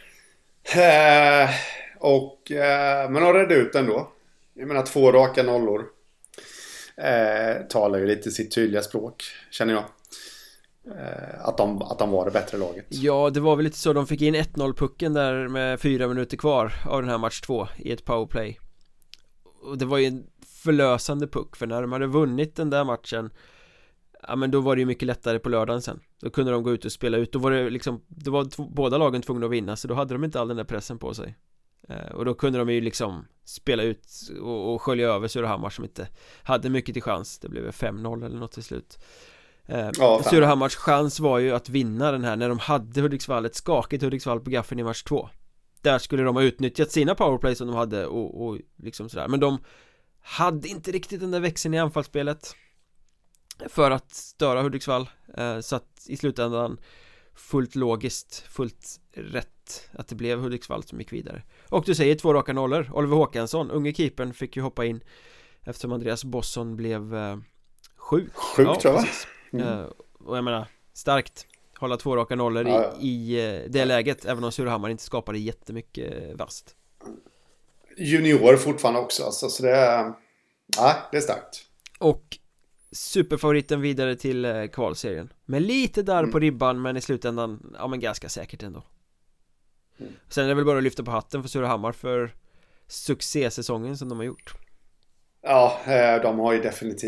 Men har räddat ut ändå. Jag menar 2 raka nollor. Talar ju lite sitt tydliga språk, känner jag. Att de var det bättre laget. Ja, det var väl lite så. De fick in 1-0-pucken där med 4 minuter kvar av den här match 2 i ett powerplay. Och det var ju en förlösande puck, för när de hade vunnit den där matchen, ja, men då var det ju mycket lättare på lördagen sen. Då kunde de gå ut och spela ut. Då var det liksom, båda lagen tvungna att vinna, så då hade de inte all den där pressen på sig. Och då kunde de ju liksom spela ut och skölja över Surahammar som inte hade mycket till chans. Det blev 5-0 eller något till slut. Surahammars chans var ju att vinna den här när de hade Hudiksvall, ett skakigt Hudiksvall på gaffeln i match 2. Där skulle de ha utnyttjat sina powerplay som de hade och liksom sådär. Men de hade inte riktigt den där växeln i anfallsspelet för att störa Hudiksvall. Så att i slutändan fullt logiskt, fullt rätt att det blev Hudiksvall som gick vidare. Och du säger 2 raka nollor. Oliver Håkansson, unge keepern, fick ju hoppa in eftersom Andreas Bosson blev sjuk. Tror jag. Och jag menar, starkt hålla 2 raka nollor i det läget, även om Surahammar inte skapade jättemycket vast. Junior fortfarande också, alltså, så det är starkt. Och superfavoriten vidare till kvalserien med lite där på ribban, men i slutändan men ganska säkert ändå. Sen är det väl bara att lyfta på hatten för Surahammar för succésäsongen som de har gjort. Ja, de har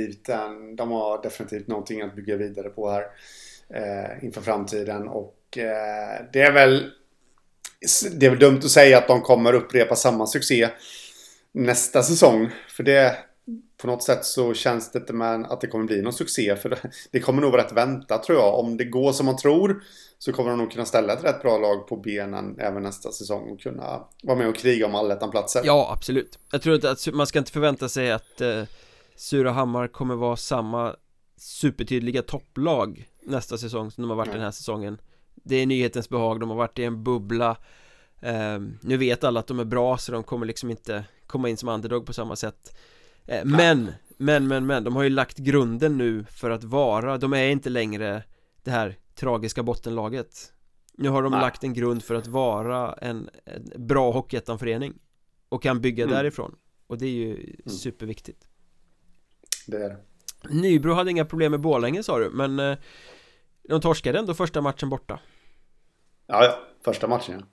definitivt någonting att bygga vidare på här inför framtiden, och det är väl dumt att säga att de kommer upprepa samma succé nästa säsong, för det på något sätt så känns det inte att det kommer bli någon succé, för det kommer nog vara rätt vänta, tror jag. Om det går som man tror så kommer de nog kunna ställa ett rätt bra lag på benen även nästa säsong och kunna vara med och kriga om allettan-platser. Ja, absolut. Jag tror inte att man ska inte förvänta sig att Surahammar kommer vara samma supertydliga topplag nästa säsong som de har varit den här säsongen. Det är nyhetens behag, de har varit i en bubbla. Nu vet alla att de är bra, så de kommer liksom inte komma in som underdog på samma sätt. Men de har ju lagt grunden nu för att de är inte längre det här tragiska bottenlaget. Nu har de lagt en grund för att vara en bra hockeyettanförening och kan bygga därifrån, och det är ju superviktigt. Det är det. Nybro hade inga problem med Borlänge, sa du, men de torskade ändå första matchen borta. Ja, första matchen.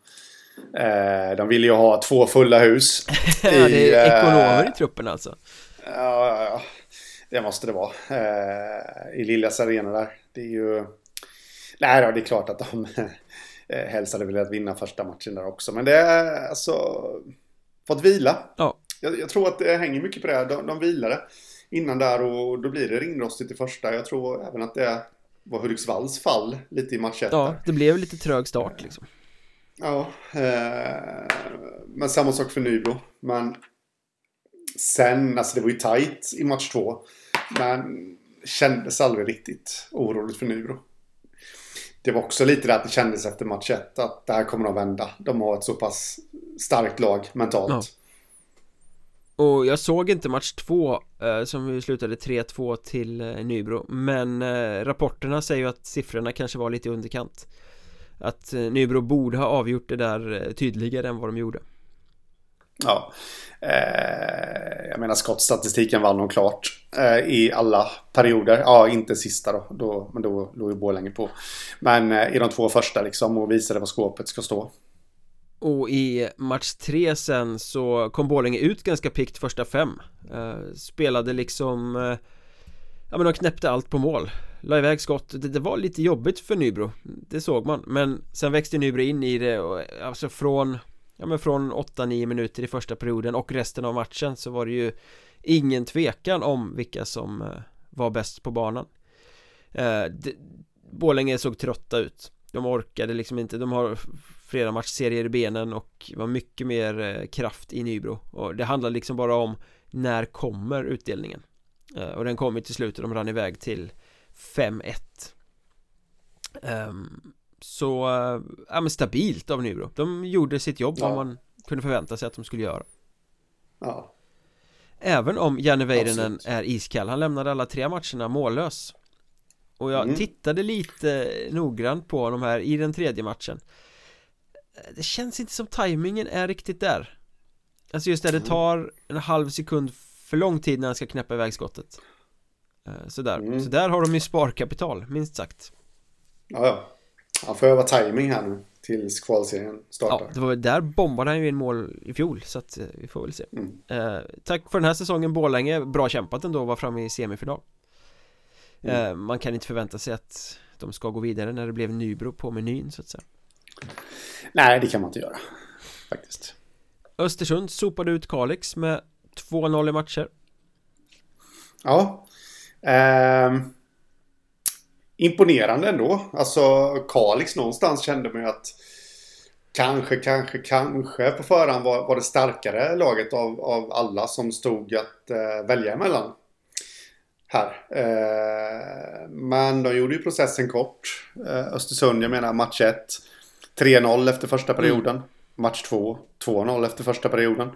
De ville ju ha 2 fulla hus. Det är ekonomer i truppen alltså. Ja, det måste det vara. I Liljas arena där. Det är ju... Nej då, det är klart att de helst hade velat vinna första matchen där också. Men det är alltså... Fått vila. Ja. Jag tror att det hänger mycket på det. De vilade innan där, och då blir det ringrostigt i första. Jag tror även att det var Hudiksvalls fall lite i match 1. Ja, det blev lite trög start liksom. Ja, men samma sak för Nybro. Men sen, alltså det var ju tajt i match 2, men kändes aldrig riktigt oroligt för Nybro. Det var också lite det att det kändes efter match 1 att det här kommer att vända. De har ett så pass starkt lag mentalt. Ja. Och jag såg inte match 2 som vi slutade 3-2 till Nybro, men rapporterna säger ju att siffrorna kanske var lite i underkant. Att Nybro borde ha avgjort det där tydligare än vad de gjorde. Ja, jag menar skottstatistiken var nog klart i alla perioder. Ja, inte sista då men då låg ju Borlänge på. Men i de 2 första liksom, och visade vad skåpet ska stå. Och i match 3 sen så kom Borlänge ut ganska pikt första 5. Spelade liksom men de knäppte allt på mål. La iväg skott. Det var lite jobbigt för Nybro, det såg man. Men sen växte Nybro in i det, och alltså från 8-9 minuter i första perioden och resten av matchen så var det ju ingen tvekan om vilka som var bäst på banan. Borlänge såg trötta ut. De orkade liksom inte. De har flera matchserier i benen och var mycket mer kraft i Nybro. Och det handlar liksom bara om när kommer utdelningen. Och den kom ju till slut och de rann iväg till 5-1. Så men stabilt av Nybro. De gjorde sitt jobb vad man kunde förvänta sig att de skulle göra. Ja. Även om Janne Väyrynen är iskall. Han lämnade alla 3 matcherna mållös. Och jag tittade lite noggrant på de här i den 3:e matchen. Det känns inte som tajmingen är riktigt där. Alltså just där det tar en halv sekund för lång tid när han ska knäppa iväg skottet. Så där har de ju sparkapital, minst sagt. Ja. Han får öva timing här nu tills kvalserien startar. Ja, det var där bombade han ju in mål i fjol. Så att vi får väl se. Tack för den här säsongen Borlänge. Bra kämpat ändå, var framme i semifinal. Man kan inte förvänta sig att de ska gå vidare när det blev Nybro på menyn så att säga. Nej, det kan man inte göra faktiskt. Östersund sopade ut Kalix med 2-0 i matcher. Ja. Imponerande ändå. Alltså Kalix någonstans kände man ju att kanske på förhand var det starkare laget av alla som stod att välja emellan här. Men de gjorde ju processen kort. Östersund, jag menar match 1 3-0 efter första perioden. Match 2 2-0 efter första perioden.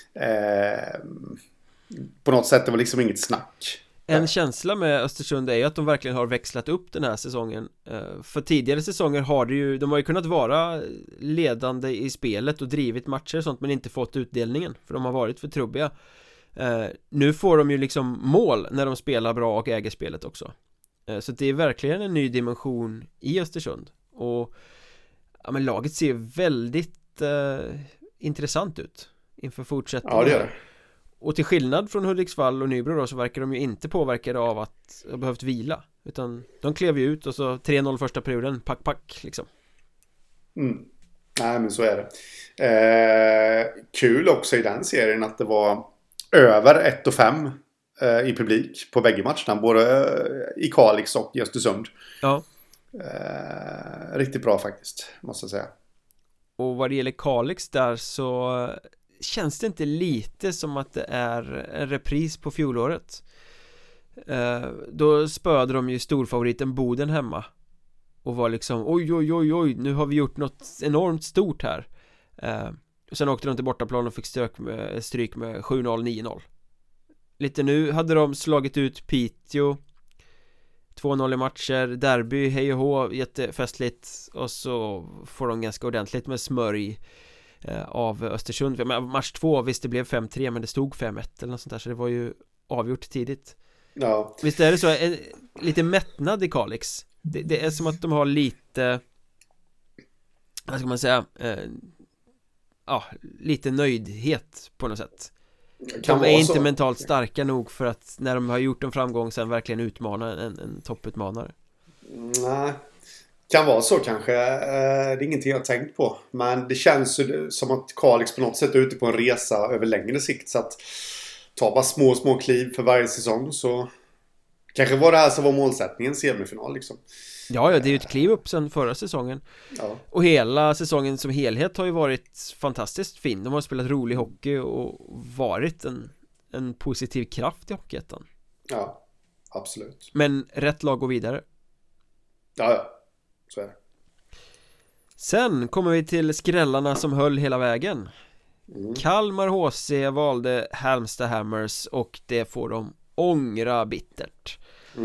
På något sätt det var liksom inget snack. En känsla med Östersund är ju att de verkligen har växlat upp den här säsongen. För tidigare säsonger har de har ju kunnat vara ledande i spelet och drivit matcher och sånt men inte fått utdelningen för de har varit för trubbiga. Nu får de ju liksom mål när de spelar bra och äger spelet också. Så det är verkligen en ny dimension i Östersund. Och men laget ser väldigt intressant ut inför fortsättningen. Ja, det gör det. Och till skillnad från Hudiksvall och Nybro då, så verkar de ju inte påverkade av att ha behövt vila. Utan de klev ju ut och så 3-0 första perioden, pack liksom. Nej men så är det. Kul också i den serien att det var över 1,5 i publik på bägge matcherna. Både i Kalix och i Östersund. Ja. Riktigt bra faktiskt, måste jag säga. Och vad det gäller Kalix där så känns det inte lite som att det är en repris på fjolåret. Då spöade de ju storfavoriten Boden hemma och var liksom oj, nu har vi gjort något enormt stort här. Och sen åkte de till bortaplan och fick stryk med 7-0, 9-0. Lite nu hade de slagit ut Piteå 2-0 i matcher, derby, hej och hå, jättefestligt. Och så får de ganska ordentligt med smörj av Östersund. Match 2, visst det blev 5-3 men det stod 5-1 eller något sånt där. Så det var ju avgjort tidigt. Ja. Visst är det så, lite mättnad i Kalix. Det är som att de har lite, vad ska man säga, lite nöjdhet på något sätt. De är inte mentalt starka nog för att när de har gjort en framgång sen verkligen utmana en topputmanare. Nej, kan vara så kanske. Det är ingenting jag har tänkt på. Men det känns ju som att Kalix på något sätt är ute på en resa över längre sikt. Så att ta bara små kliv för varje säsong så kanske var det här som var målsättningen, semifinal liksom. Ja, det är ju ett kliv upp sen förra säsongen. Ja. Och hela säsongen som helhet har ju varit fantastiskt fin. De har spelat rolig hockey och varit en positiv kraft i hockeyettan. Ja, absolut. Men rätt lag går vidare. Ja, så är det. Sen kommer vi till skrällarna som höll hela vägen. Kalmar HC valde Halmstad Hammers och det får de ångra bittert.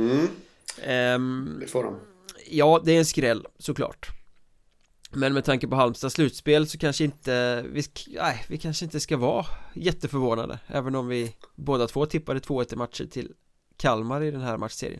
Det får de. Ja, det är en skräll, såklart. Men med tanke på Halmstads slutspel så kanske inte vi kanske inte ska vara jätteförvånade. Även om vi båda två tippade 2-1 matcher till Kalmar i den här matchserien.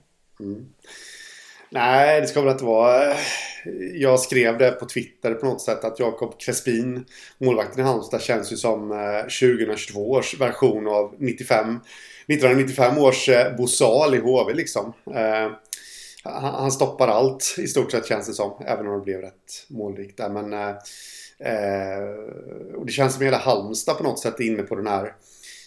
Nej, det ska väl inte vara. Jag skrev det på Twitter på något sätt att Jakob Crespin, målvakten i Halmstad, känns ju som 2022 års version av 1995 års Bosal i HV liksom. Han stoppar allt i stort sett, känns det som, även om det blev rätt målrikt där. Men och det känns som hela Halmstad på något sätt är inne på den här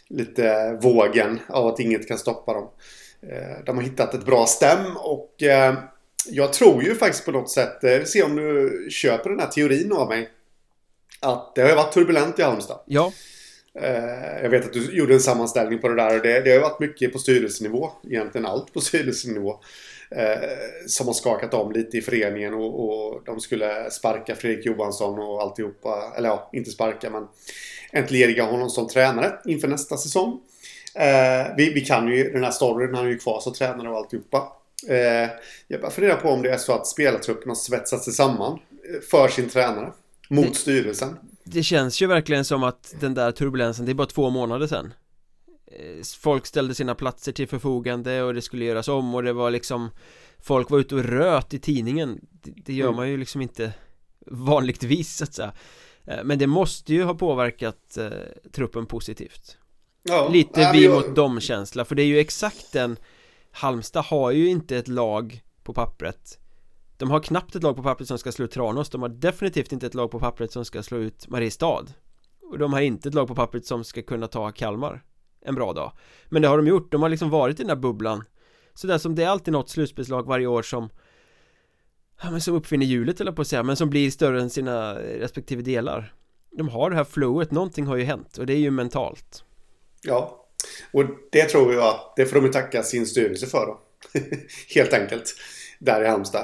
lite vågen av att inget kan stoppa dem. De har hittat ett bra stäm och jag tror ju faktiskt på något sätt, se om du köper den här teorin av mig, att det har varit turbulent i Halmstad. Ja. Jag vet att du gjorde en sammanställning på det där och det har varit mycket på styrelsenivå, egentligen allt på styrelsenivå, som har skakat om lite i föreningen och de skulle sparka Fredrik Johansson och alltihopa, eller ja, inte sparka men entlediga honom som tränare inför nästa säsong. Vi kan ju den här storyn, han är ju kvar som tränare och alltihopa. Jag bara funderar på om det är så att spelartruppen har svetsat sig samman för sin tränare mot styrelsen. Det känns ju verkligen som att den där turbulensen, det är bara 2 månader sedan. Folk ställde sina platser till förfogande och det skulle göras om och det var liksom, folk var ute och röt i tidningen. Det gör man ju liksom inte vanligtvis så att säga. Men det måste ju ha påverkat truppen positivt. Ja, lite vi mot dem-känsla, för det är ju exakt den. Halmstad har ju inte ett lag på pappret. De har knappt ett lag på pappret som ska slå ut Tranås. De har definitivt inte ett lag på pappret som ska slå ut Mariestad. Och de har inte ett lag på pappret som ska kunna ta Kalmar en bra dag. Men det har de gjort. De har liksom varit i den här bubblan. Så där som det är alltid något slutspelslag varje år som uppfinner hjulet eller på att säga, men som blir större än sina respektive delar. De har det här flowet. Någonting har ju hänt och det är ju mentalt. Ja. Och det tror jag att det får de tacka sin styrelse för då. Helt enkelt. Där i Halmstad.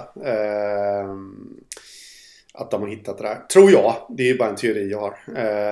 Att de har hittat det där. Tror jag. Det är ju bara en teori jag har.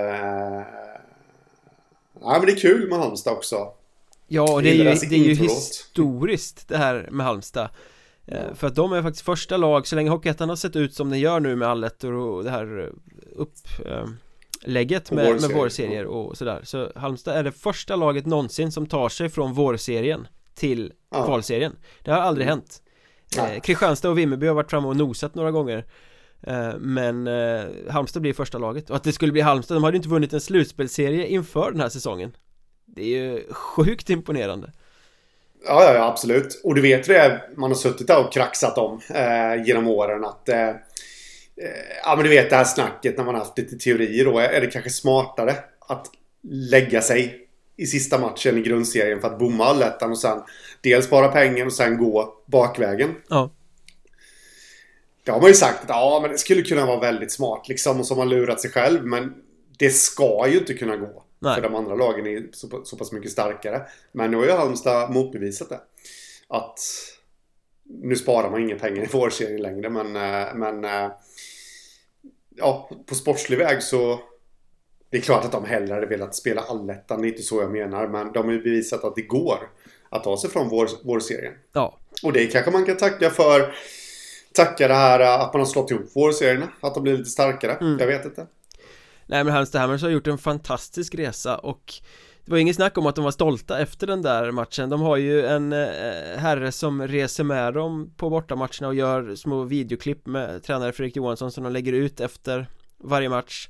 Ja, men det är kul med Halmstad också. Ja, och det är ju historiskt det här med Halmstad. För att de är faktiskt första lag, så länge Hockeyettan har sett ut som den gör nu med Allettor och det här upplägget med vårserier och sådär. Så Halmstad är det första laget någonsin som tar sig från vårserien till kvalserien. Det har aldrig hänt. Kristianstad och Vimmerby har varit framme och nosat några gånger. Men Halmstad blir första laget. Och att det skulle bli Halmstad, de hade inte vunnit en slutspelserie inför den här säsongen. Det är ju sjukt imponerande. Ja, absolut. Och du vet det, man har suttit där och kraxat om genom åren att ja, men du vet det här snacket när man har haft lite teorier då, är det kanske smartare att lägga sig i sista matchen i grundserien för att bomma allettan och sen dels spara pengar och sen gå bakvägen. Ja. Det har man ju sagt att men det skulle kunna vara väldigt smart liksom, och som har lurat sig själv, men det ska ju inte kunna gå. Nej. För de andra lagen är så pass mycket starkare. Men nu har ju Halmstad motbevisat det. Att nu sparar man inga pengar i vårserien längre, men ja, på sportslig väg så det är klart att de hellre hade velat spela allettan, det är inte så jag menar, men de har ju bevisat att det går att ta sig från vårserien. Ja. Och det kanske man kan tacka det här att man har slått ihop vårserierna, att de blir lite starkare. Jag vet inte. Nej, men Halmstad Hammers har gjort en fantastisk resa och det var ingen snack om att de var stolta efter den där matchen. De har ju en herre som reser med dem på bortamatcherna och gör små videoklipp med tränare Fredrik Johansson som de lägger ut efter varje match.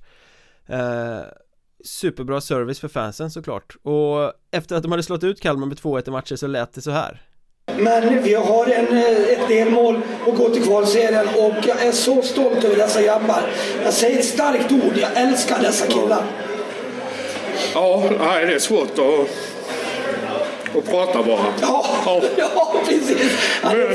Superbra service för fansen såklart. Och efter att de hade slått ut Kalmar med 2-1 i matcher så lät det så här. Men vi har ett delmål och gå till kvalserien och jag är så stolt över dessa grabbar. Jag säger ett starkt ord, jag älskar dessa killar. Ja, det är svårt att prata bara. Ja, precis.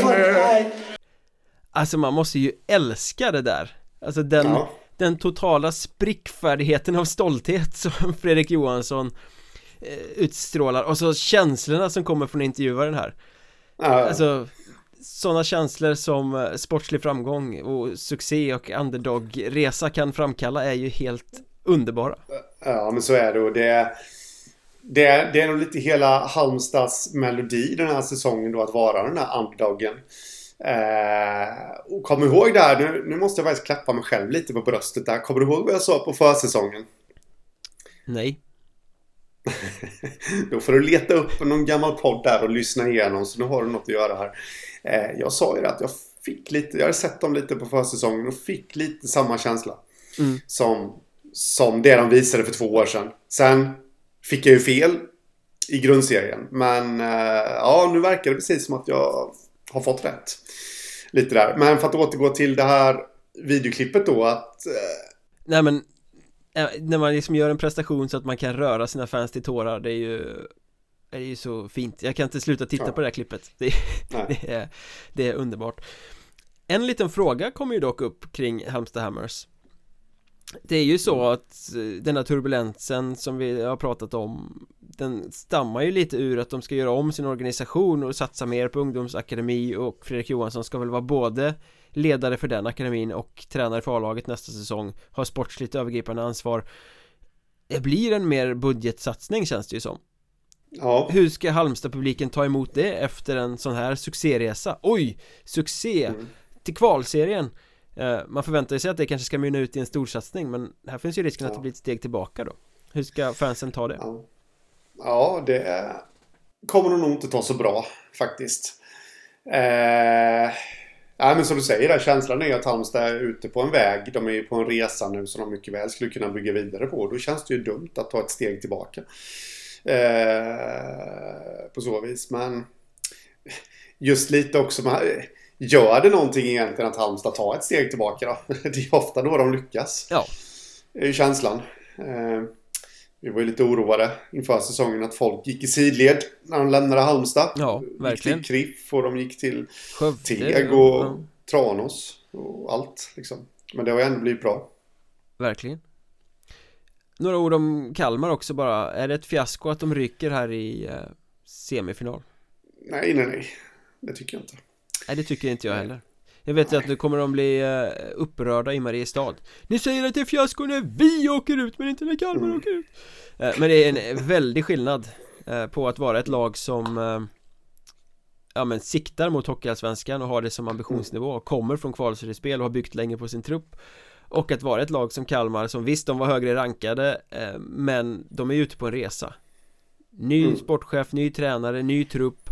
Alltså man måste ju älska det där. Alltså den totala sprickfärdigheten av stolthet som Fredrik Johansson utstrålar. Och så känslorna som kommer från intervjuaren här. Alltså sådana känslor som sportslig framgång och succé och underdog-resa kan framkalla är ju helt underbara. Ja, men så är det. Och det är nog lite hela Halmstads melodi den här säsongen då, att vara den här underdoggen. Och kom ihåg där, nu måste jag faktiskt klappa mig själv lite på bröstet där. Kommer du ihåg vad jag sa på försäsongen? Nej. Då får du leta upp någon gammal podd där och lyssna igenom, så nu har du något att göra här. Jag sa ju det att jag fick lite, jag hade sett dem lite på försäsongen och fick lite samma känsla som det de visade för 2 år sedan. Sen fick jag ju fel i grundserien, men nu verkar det precis som att jag har fått rätt lite där. Men för att återgå till det här videoklippet då, att nej men när man liksom gör en prestation så att man kan röra sina fans till tårar, det är ju så fint. Jag kan inte sluta titta på det här klippet. Det är underbart. En liten fråga kommer ju dock upp kring Halmstad Hammers. Det är ju så att den här turbulensen som vi har pratat om, den stammar ju lite ur att de ska göra om sin organisation och satsa mer på ungdomsakademi, och Fredrik Johansson ska väl vara både ledare för den akademin och tränare för A-laget nästa säsong, har sportsligt övergripande ansvar. Det blir en mer budgetsatsning, känns det ju som. Ja. Hur ska Halmstad-publiken ta emot det efter en sån här succéresa? Oj, succé till kvalserien. Man förväntar sig att det kanske ska mynna ut i en storsatsning, men här finns ju risken att det blir ett steg tillbaka då. Hur ska fansen ta det? Ja, det kommer nog inte ta så bra faktiskt. Men som du säger där, känslan är att Halmstad är ute på en väg. De är ju på en resa nu som de mycket väl skulle kunna bygga vidare på. Då känns det ju dumt att ta ett steg tillbaka på så vis. Men just lite också, gör det någonting egentligen att Halmstad tar ett steg tillbaka då? Det är ofta då de lyckas. Ja. Det är ju känslan. Vi var ju lite oroade inför säsongen att folk gick i sidled när de lämnade Halmstad. Ja, verkligen. Gick till Kriff och de gick till Skövde, Teg och Tranås och allt liksom. Men det har ju ändå blivit bra. Verkligen. Några ord om Kalmar också bara. Är det ett fiasko att de rycker här i semifinal? Nej. Det tycker jag inte. Nej, det tycker inte jag heller. Jag vet ju att nu kommer de bli upprörda i Mariestad. Ni säger att det är fiasko när vi åker ut, men inte när Kalmar åker ut. Men det är en väldig skillnad på att vara ett lag som siktar mot Hockeyallsvenskan och har det som ambitionsnivå och kommer från kvalseriespel och har byggt länge på sin trupp, och att vara ett lag som Kalmar som visst, de var högre rankade, men de är ute på en resa. Ny sportchef, ny tränare, ny trupp,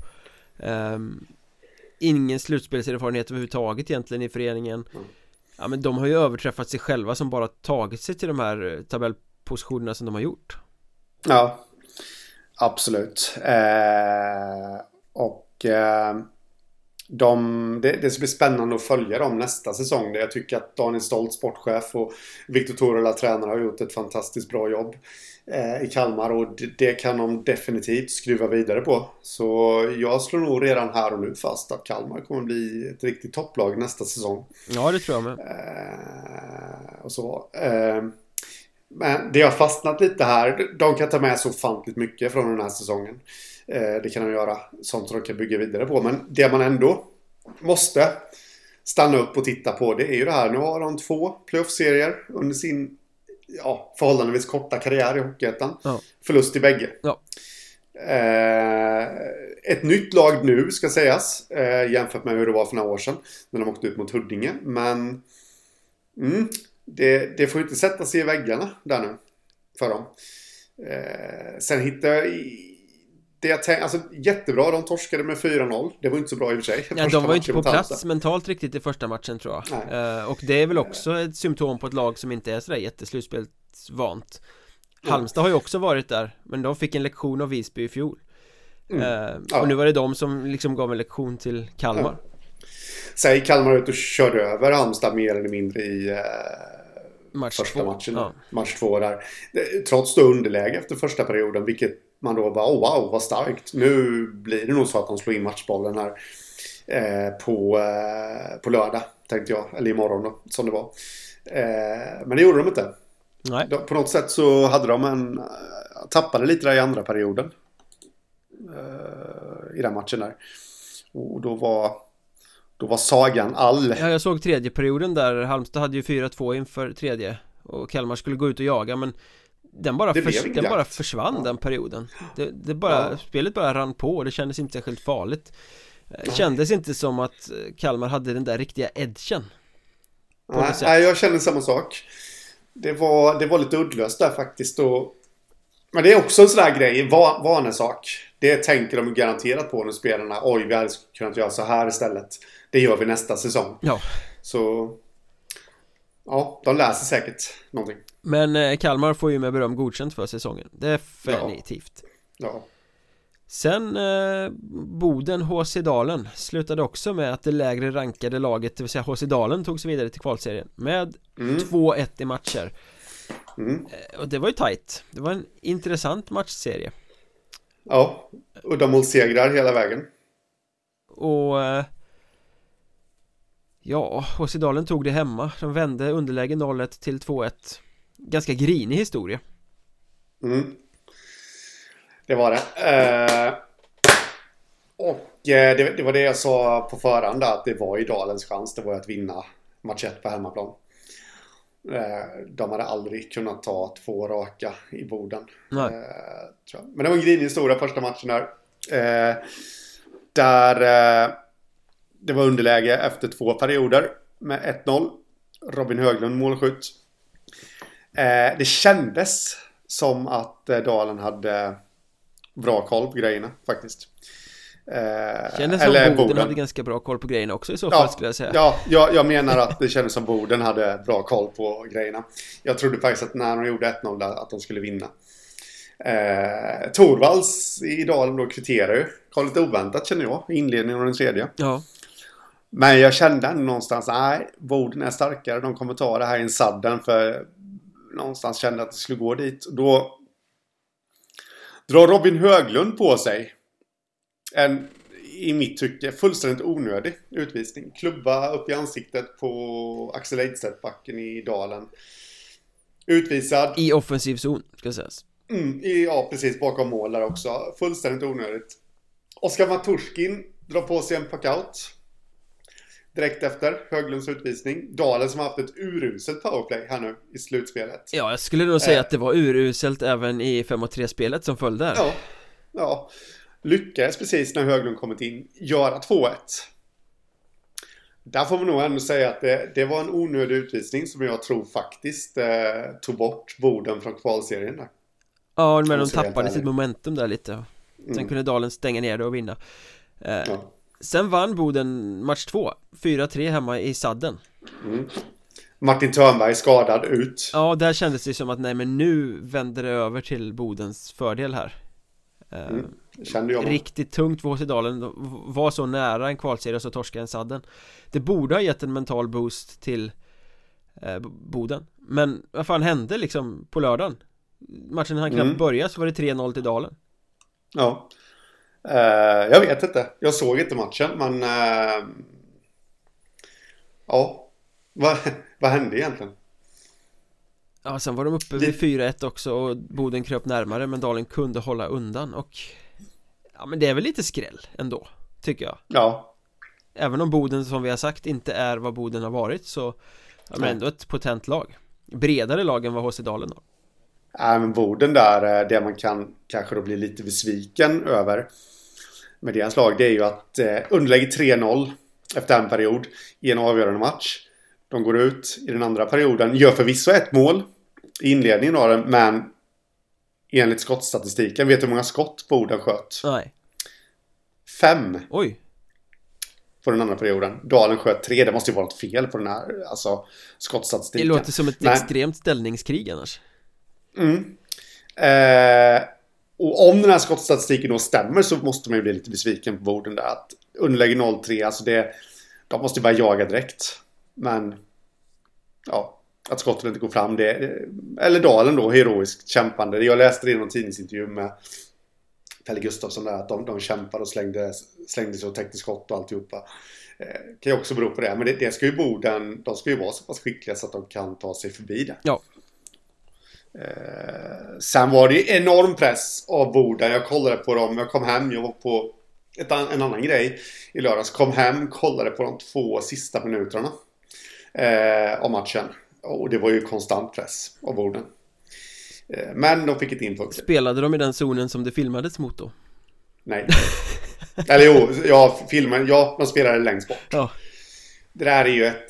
ingen slutspelserfarenhet överhuvudtaget egentligen i föreningen. Ja, men de har ju överträffat sig själva som bara tagit sig till de här tabellpositionerna som de har gjort. Ja, absolut. Det ska bli spännande att följa dem nästa säsong. Jag tycker att Daniel Stolt, sportchef, och Viktor Torela, tränare, har gjort ett fantastiskt bra jobb i Kalmar, och det kan de definitivt skruva vidare på. Så jag slår nog redan här och nu fast att Kalmar kommer bli ett riktigt topplag nästa säsong. Ja, det tror jag med. Och så. Men det har fastnat lite här. De kan ta med så ofantligt mycket från den här säsongen. Det kan de göra, sånt som de kan bygga vidare på. Men det man ändå måste stanna upp och titta på, det är ju det här. Nu har de 2 playoff-serier under sin förhållandevis korta karriär i Hockeyettan. Ja. Förlust i bägge. Ja. Ett nytt lag nu ska sägas, jämfört med hur det var för några år sedan när de åkte ut mot Huddinge. Men det får ju inte sätta sig i väggarna där nu för dem. Sen hittar jag jättebra, de torskade med 4-0. Det var inte så bra i och för sig. Ja, de var inte på plats mentalt riktigt i första matchen, tror jag. Och det är väl också ett symptom på ett lag som inte är sådär jätteslutspelsvant. Halmstad har ju också varit där, men de fick en lektion av Visby i fjol. Och nu var det de som liksom gav en lektion till Kalmar. Säg Kalmar ut och körde över Halmstad mer eller mindre i första matchen. Match 2 där. Trots då underläge efter första perioden, vilket man då bara, wow, vad starkt. Nu blir det nog så att de slår in matchbollen här på lördag, tänkte jag. Eller imorgon då, som det var. Men det gjorde de inte. Nej. På något sätt så hade de tappade lite där i andra perioden. I den matchen där. Och då var sagan all. Ja, jag såg tredje perioden där. Halmstad hade ju 4-2 inför tredje. Och Kalmar skulle gå ut och jaga, men den bara försvann den perioden. Spelet bara rann på och det kändes inte särskilt farligt. Kändes inte som att Kalmar hade den där riktiga edgen. Nej, jag kände samma sak. Det var lite uddlöst där faktiskt. Men det är också en sån där grej, vanesak. Det tänker de garanterat på när spelarna, vi hade kunnat göra så här istället. Det gör vi nästa säsong. Ja. Så de läser säkert någonting. Men Kalmar får ju med beröm godkänt för säsongen. Definitivt. Ja. Sen Boden HC Dalen slutade också med att det lägre rankade laget, det vill säga HC Dalen, tog sig vidare till kvalserien med 2-1 i matcher. Och det var ju tajt. Det var en intressant matchserie. Ja, uddamålssegrar hela vägen. Och ja, Åsedalen tog det hemma. De vände underläge 0-1 till 2-1. Ganska grinig historia. Det var det. Det var det jag sa på förhand där, att det var ju Dalens chans. Det var att vinna match 1 på hemmaplan. De hade aldrig kunnat ta 2 raka i Boden. Nej. Tror jag. Men det var en grinig historia första matchen där det var underläge efter 2 perioder med 1-0. Robin Höglund målskytt. Det kändes som att Dalen hade bra koll på grejerna faktiskt. Kändes som Boden hade ganska bra koll på grejerna också i så fall, skulle jag säga. Jag menar att det kändes som Boden hade bra koll på grejerna. Jag trodde faktiskt att när de gjorde 1-0 där, att de skulle vinna. Torvalds i Dalen då kvitterar ju. Kom lite oväntat, känner jag, i inledningen av den tredje. Ja. Men jag kände ändå någonstans, nej, Boden är starkare. De kommer ta det här i en sadden, för någonstans kände att det skulle gå dit. Då drar Robin Höglund på sig en, i mitt tycke, fullständigt onödig utvisning. Klubba upp i ansiktet på Axel Eidstedt-backen i Dalen. Utvisad. I offensiv zon, ska sägas. Ja, precis, bakom mål där också. Fullständigt onödigt. Oskar Maturskin drar på sig en packout direkt efter Höglunds utvisning. Dalen som har haft ett uruselt powerplay här nu i slutspelet. Ja, jag skulle nog säga att det var uruselt även i 5-3-spelet som följde där. Ja. Lyckades precis när Höglund kommit in göra 2-1. Där får man nog ändå säga att det var en onödig utvisning som jag tror faktiskt tog bort Boden från kvalserien där. Ja, men de tappade sitt momentum där lite. Sen kunde Dalen stänga ner det och vinna. Sen vann Boden match 2 4-3 hemma i sadden. Martin Törnberg skadad ut. Ja, där kändes det som att nej, men nu vänder det över till Bodens fördel här. Kände jag riktigt tungt för Åsedalen. Var så nära en kvalserie och så torskade en sadden. Det borde ha gett en mental boost till Boden. Men vad fan hände liksom på lördagen? Matchen hann knappt börja, så var det 3-0 till Dalen. Ja. Jag vet inte. Jag såg inte matchen, men ja. Vad hände egentligen? Ja, sen var de uppe vid 4-1 också och Boden kröp närmare, men Dalen kunde hålla undan. Och ja, men det är väl lite skräll ändå, tycker jag. Ja. Även om Boden, som vi har sagt, inte är vad Boden har varit, så ja, men ändå ett potent lag. Bredare lag än vad HC Dalen har. Ja, men Boden där, det man kan kanske då bli lite besviken över med deras lag, det är ju att underlägger 3-0 efter en period i en avgörande match. De går ut i den andra perioden, gör förvisso ett mål i inledningen av den, men enligt skottstatistiken, vet du hur många skott Boden sköt? Nej. 5. Oj. På den andra perioden. Dalen sköt 3. Det måste ju vara något fel på den här skottstatistiken. Det låter som ett extremt ställningskrig annars. Och om den här skottstatistiken då stämmer, så måste man ju bli lite besviken på Boden där. Att underlägger 0-3, alltså de måste ju bara jaga direkt. Men ja, att skotten inte går fram, eller Dalen då, heroiskt kämpande. Jag läste det i någon tidningsintervju med Pelle Gustafsson där, att de kämpade och slängde sig och täckte skott och alltihopa. Kan ju också bero på det. Men det ska ju Boden, de ska ju vara så pass skickliga så att de kan ta sig förbi det. Ja. Sen var det enorm press av Boden. Jag kollade på dem, jag kom hem, jag var på en annan grej i lördags. Kom hem, kollade på de 2 sista minuterna av matchen. Och det var ju konstant press av Boden. Men de fick ett inpuck. Spelade de i den zonen som det filmades mot då? Nej. Eller jo, de spelade längst bort. Ja. Det där är ju ett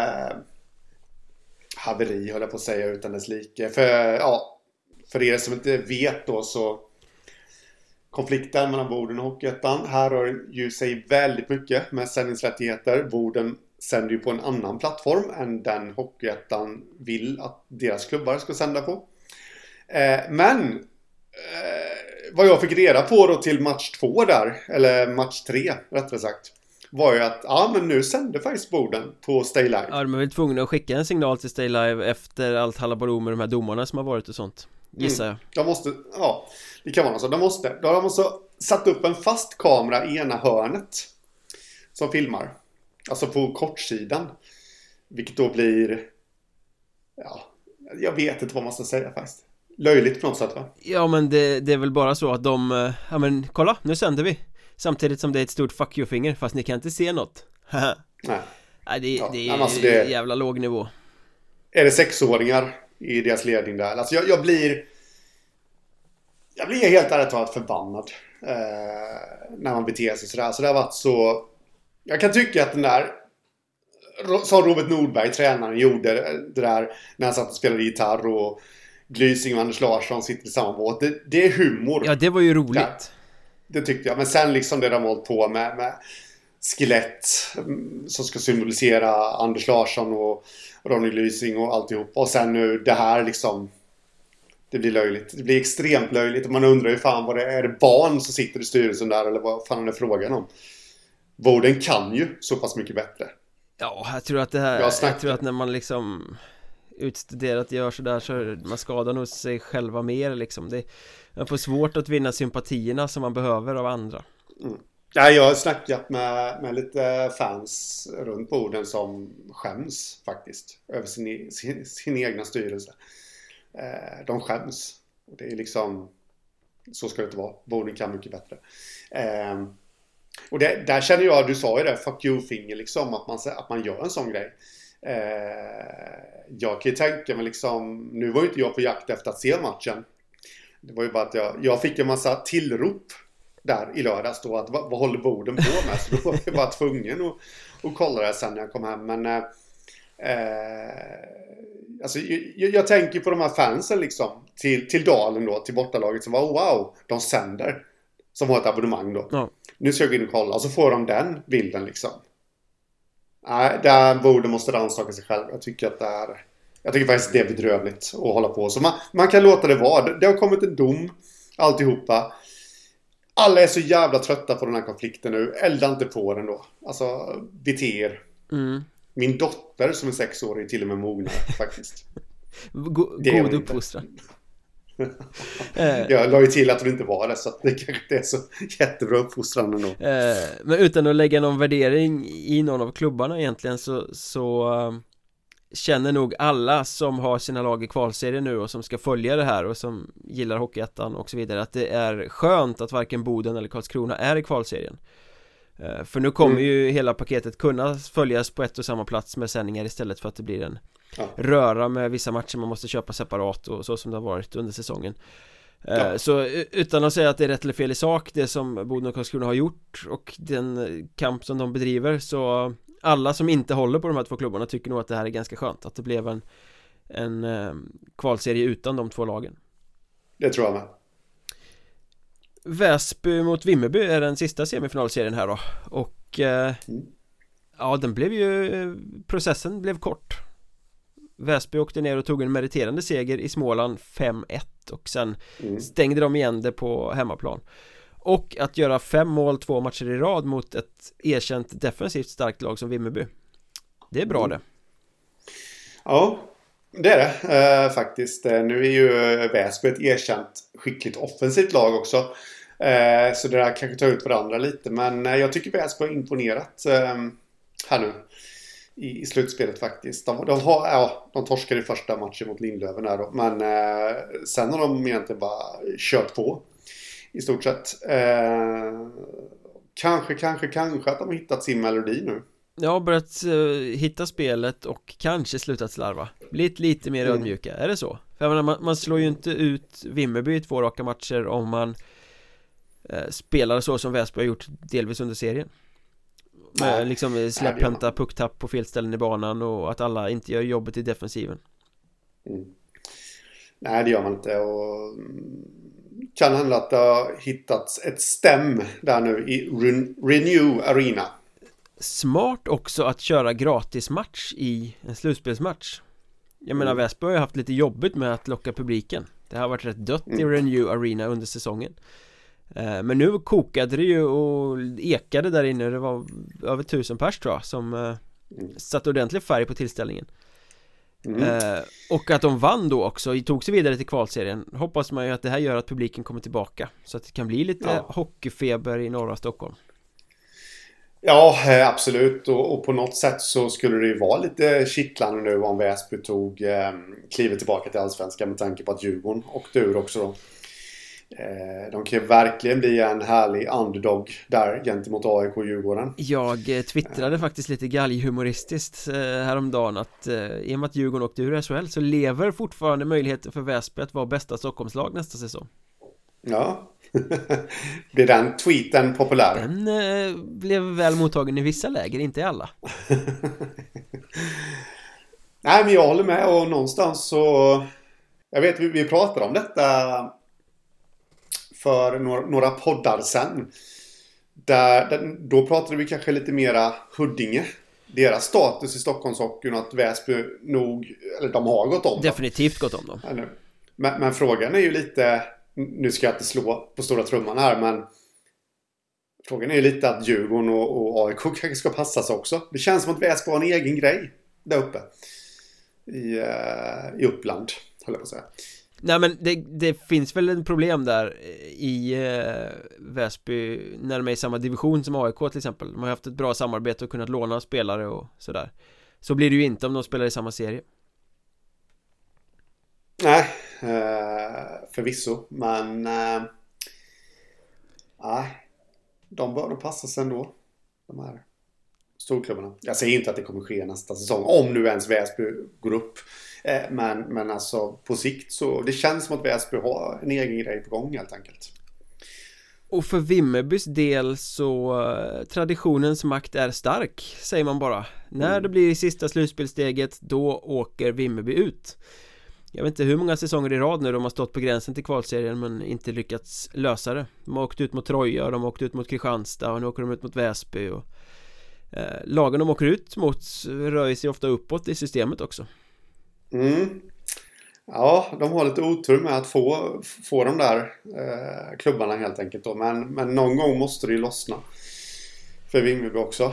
haveri, höll jag på att säga, utan dess like. För er som inte vet då, så konflikten mellan Boden och Hockeyettan här rör ju sig väldigt mycket med sändningsrättigheter. Boden sänder ju på en annan plattform än den Hockeyettan vill att deras klubbar ska sända på. Men vad jag fick reda på då till match 2 där, eller match 3 rättare sagt, var ju att men nu sände faktiskt Boden på Stay Live. Ja, de är väl tvungna att skicka en signal till Stay Live efter allt halabaloo med de här domarna som har varit och sånt, gissar jag. De måste, det kan vara så. De måste satt upp en fast kamera i ena hörnet som filmar. Alltså på kortsidan. Vilket då blir, jag vet inte vad man ska säga faktiskt. Löjligt på något sätt, va? Ja, men det är väl bara så att de, men kolla, nu sänder vi. Samtidigt som det är ett stort fuck you-finger, fast ni kan inte se något. Nej, det är jävla låg nivå. Är det 6-åringar i deras ledning där? Alltså jag blir helt ärligt talat förbannad när man beter sig sådär. Så det har varit så... Jag kan tycka att den där, som Robert Nordberg, tränaren, gjorde det där när han satt och spelade gitarr och Glysing och Anders Larsson sitter i samma båt. Det är humor. Ja, det var ju roligt. Ja, det tyckte jag. Men sen liksom det de har hållit på med skelett som ska symbolisera Anders Larsson och Ronny Glysing och alltihop. Och sen nu det här liksom, det blir löjligt. Det blir extremt löjligt. Och man undrar ju fan vad det är. Är det barn som sitter i styrelsen där eller vad fan är det frågan om? Boden kan ju så pass mycket bättre. Ja, jag tror att det här, jag tror att när man liksom utstuderat gör sådär så man skadar nog sig själva mer liksom. Man får svårt att vinna sympatierna som man behöver av andra. Ja, jag har snackat med lite fans runt borden som skäms faktiskt över sin egna styrelse. De skäms. Och det är liksom, så ska det inte vara. Borden kan mycket bättre. Och där känner jag, du sa ju det, fuck you-finger liksom, att man gör en sån grej. Jag kan ju tänka mig liksom, nu var ju inte jag på jakt efter att se matchen. Det var ju bara att jag fick en massa tillrop där i lördags då, att vad håller Boden på med? Så då var jag bara tvungen att kolla det sen när jag kom hem. Men alltså, jag tänker på de här fansen liksom, till Dalen då, till bortalaget som var wow, de sänder, som har ett abonnemang då. Ja. Nu ska jag gå in och kolla, och så får de den bilden liksom. Nej, där Boden måste rannsaka sig själv. Jag tycker faktiskt det är bedrövligt att hålla på. Så man kan låta det vara. Det har kommit en dom, alltihopa. Alla är så jävla trötta på den här konflikten nu. Elda inte på den då. Alltså, bete er. Min dotter som är 6 år är till och med mognare faktiskt. God uppfostran. Jag la ju till att hon inte var det, så att det kanske inte är så jättebra uppfostran ändå. Men utan att lägga någon värdering i någon av klubbarna egentligen så känner nog alla som har sina lag i kvalserien nu och som ska följa det här och som gillar Hockeyettan och så vidare, att det är skönt att varken Boden eller Karlskrona är i kvalserien. För nu kommer ju hela paketet kunna följas på ett och samma plats med sändningar istället för att det blir en röra med vissa matcher man måste köpa separat och så som det har varit under säsongen. Så utan att säga att det är rätt eller fel i sak det som Boden och Karlskrona har gjort och den kamp som de bedriver, så alla som inte håller på de här två klubbarna tycker nog att det här är ganska skönt, att det blev en kvalserie utan de två lagen. Det tror jag med. Väsby mot Vimmerby är den sista semifinalserien här då. Och ja, den blev ju, processen blev kort. Väsby åkte ner och tog en meriterande seger i Småland 5-1 och sen stängde de igen det på hemmaplan. Och att göra 5 mål 2 matcher i rad mot ett erkänt defensivt starkt lag som Vimmerby, det är bra det. Ja, det är det faktiskt. Nu är ju Väsby ett erkänt skickligt offensivt lag också. Så det där kanske tar ut varandra lite. Men jag tycker Väsby har imponerat här nu i slutspelet faktiskt. De torskade i första matchen mot Lindlöven där då. Men sen har de egentligen bara kört på i stort sett. Kanske att de har hittat sin melodi nu. Ja, börjat hitta spelet och kanske slutat slarva. Blivit lite mer ödmjuka, är det så? För jag menar, man slår ju inte ut Vimmerby i 2 raka matcher om man spelar så som Väsby har gjort delvis under serien. Med liksom släpphänta pucktapp på fel ställen i banan och att alla inte gör jobbet i defensiven. Nej, det gör man inte, och kan hända att det har hittats ett stäm där nu i Renew Arena. Smart också att köra gratismatch i en slutspelsmatch. Jag menar, Väsby har ju haft lite jobbigt med att locka publiken. Det har varit rätt dött i Renew Arena under säsongen. Men nu kokade det ju och ekade där inne. Det var över 1000 pers tror jag som satt ordentlig färg på tillställningen. Och att de vann då också, tog sig vidare till kvalserien. Hoppas man ju att det här gör att publiken kommer tillbaka, så att det kan bli lite hockeyfeber i norra Stockholm. Ja, absolut. Och på något sätt så skulle det ju vara lite kittlande nu om Väsby tog klivet tillbaka till Allsvenskan, med tanke på att Djurgården åkte ur också då. De kan ju verkligen bli en härlig underdog där gentemot AIK och Djurgården. Jag twittrade faktiskt lite galghumoristiskt häromdagen att i och med att Djurgården åkte ur SHL så lever fortfarande möjligheten för Väsby att vara bästa Stockholmslag nästa säsong. Ja, blir den tweeten populär? Den blev väl mottagen i vissa läger, inte i alla. Nej, men jag håller med, och någonstans så... Jag vet, vi pratade om detta för några poddar sen. Då pratade vi kanske lite mera Huddinge. Deras status i Stockholmshockeyn, att Väsby nog... Eller de har gått om. Definitivt gått om dem. Men frågan är ju lite... Nu ska jag inte slå på stora trumman här, men frågan är ju lite att Djurgården och AIK kanske ska passa sig också. Det känns som att Väsby har en egen grej där uppe i Uppland, höll jag på att säga. Nej, men det finns väl en problem där i Väsby när de är i samma division som AIK till exempel. De har haft ett bra samarbete och kunnat låna spelare och sådär. Så blir det ju inte om de spelar i samma serie. Nej, förvisso. Men de bör nog passa sig ändå, de här storklubbarna. Jag säger inte att det kommer ske nästa säsong, om nu ens Väsby går upp. Men alltså på sikt så det känns som att Väsby har en egen grej på gång helt enkelt. Och för Vimmerbys del så traditionens makt är stark, säger man bara. När det blir i sista slutspelsteget, då åker Vimmerby ut. Jag vet inte hur många säsonger i rad nu de har stått på gränsen till kvalserien men inte lyckats lösa det. De har åkt ut mot Troja, de har åkt ut mot Kristianstad och nu åker de ut mot Väsby. Och lagen de åker ut mot rör sig ofta uppåt i systemet också. Ja, de har lite otur med att få de där klubbarna helt enkelt då. Men någon gång måste det ju lossna för Vimmerby också.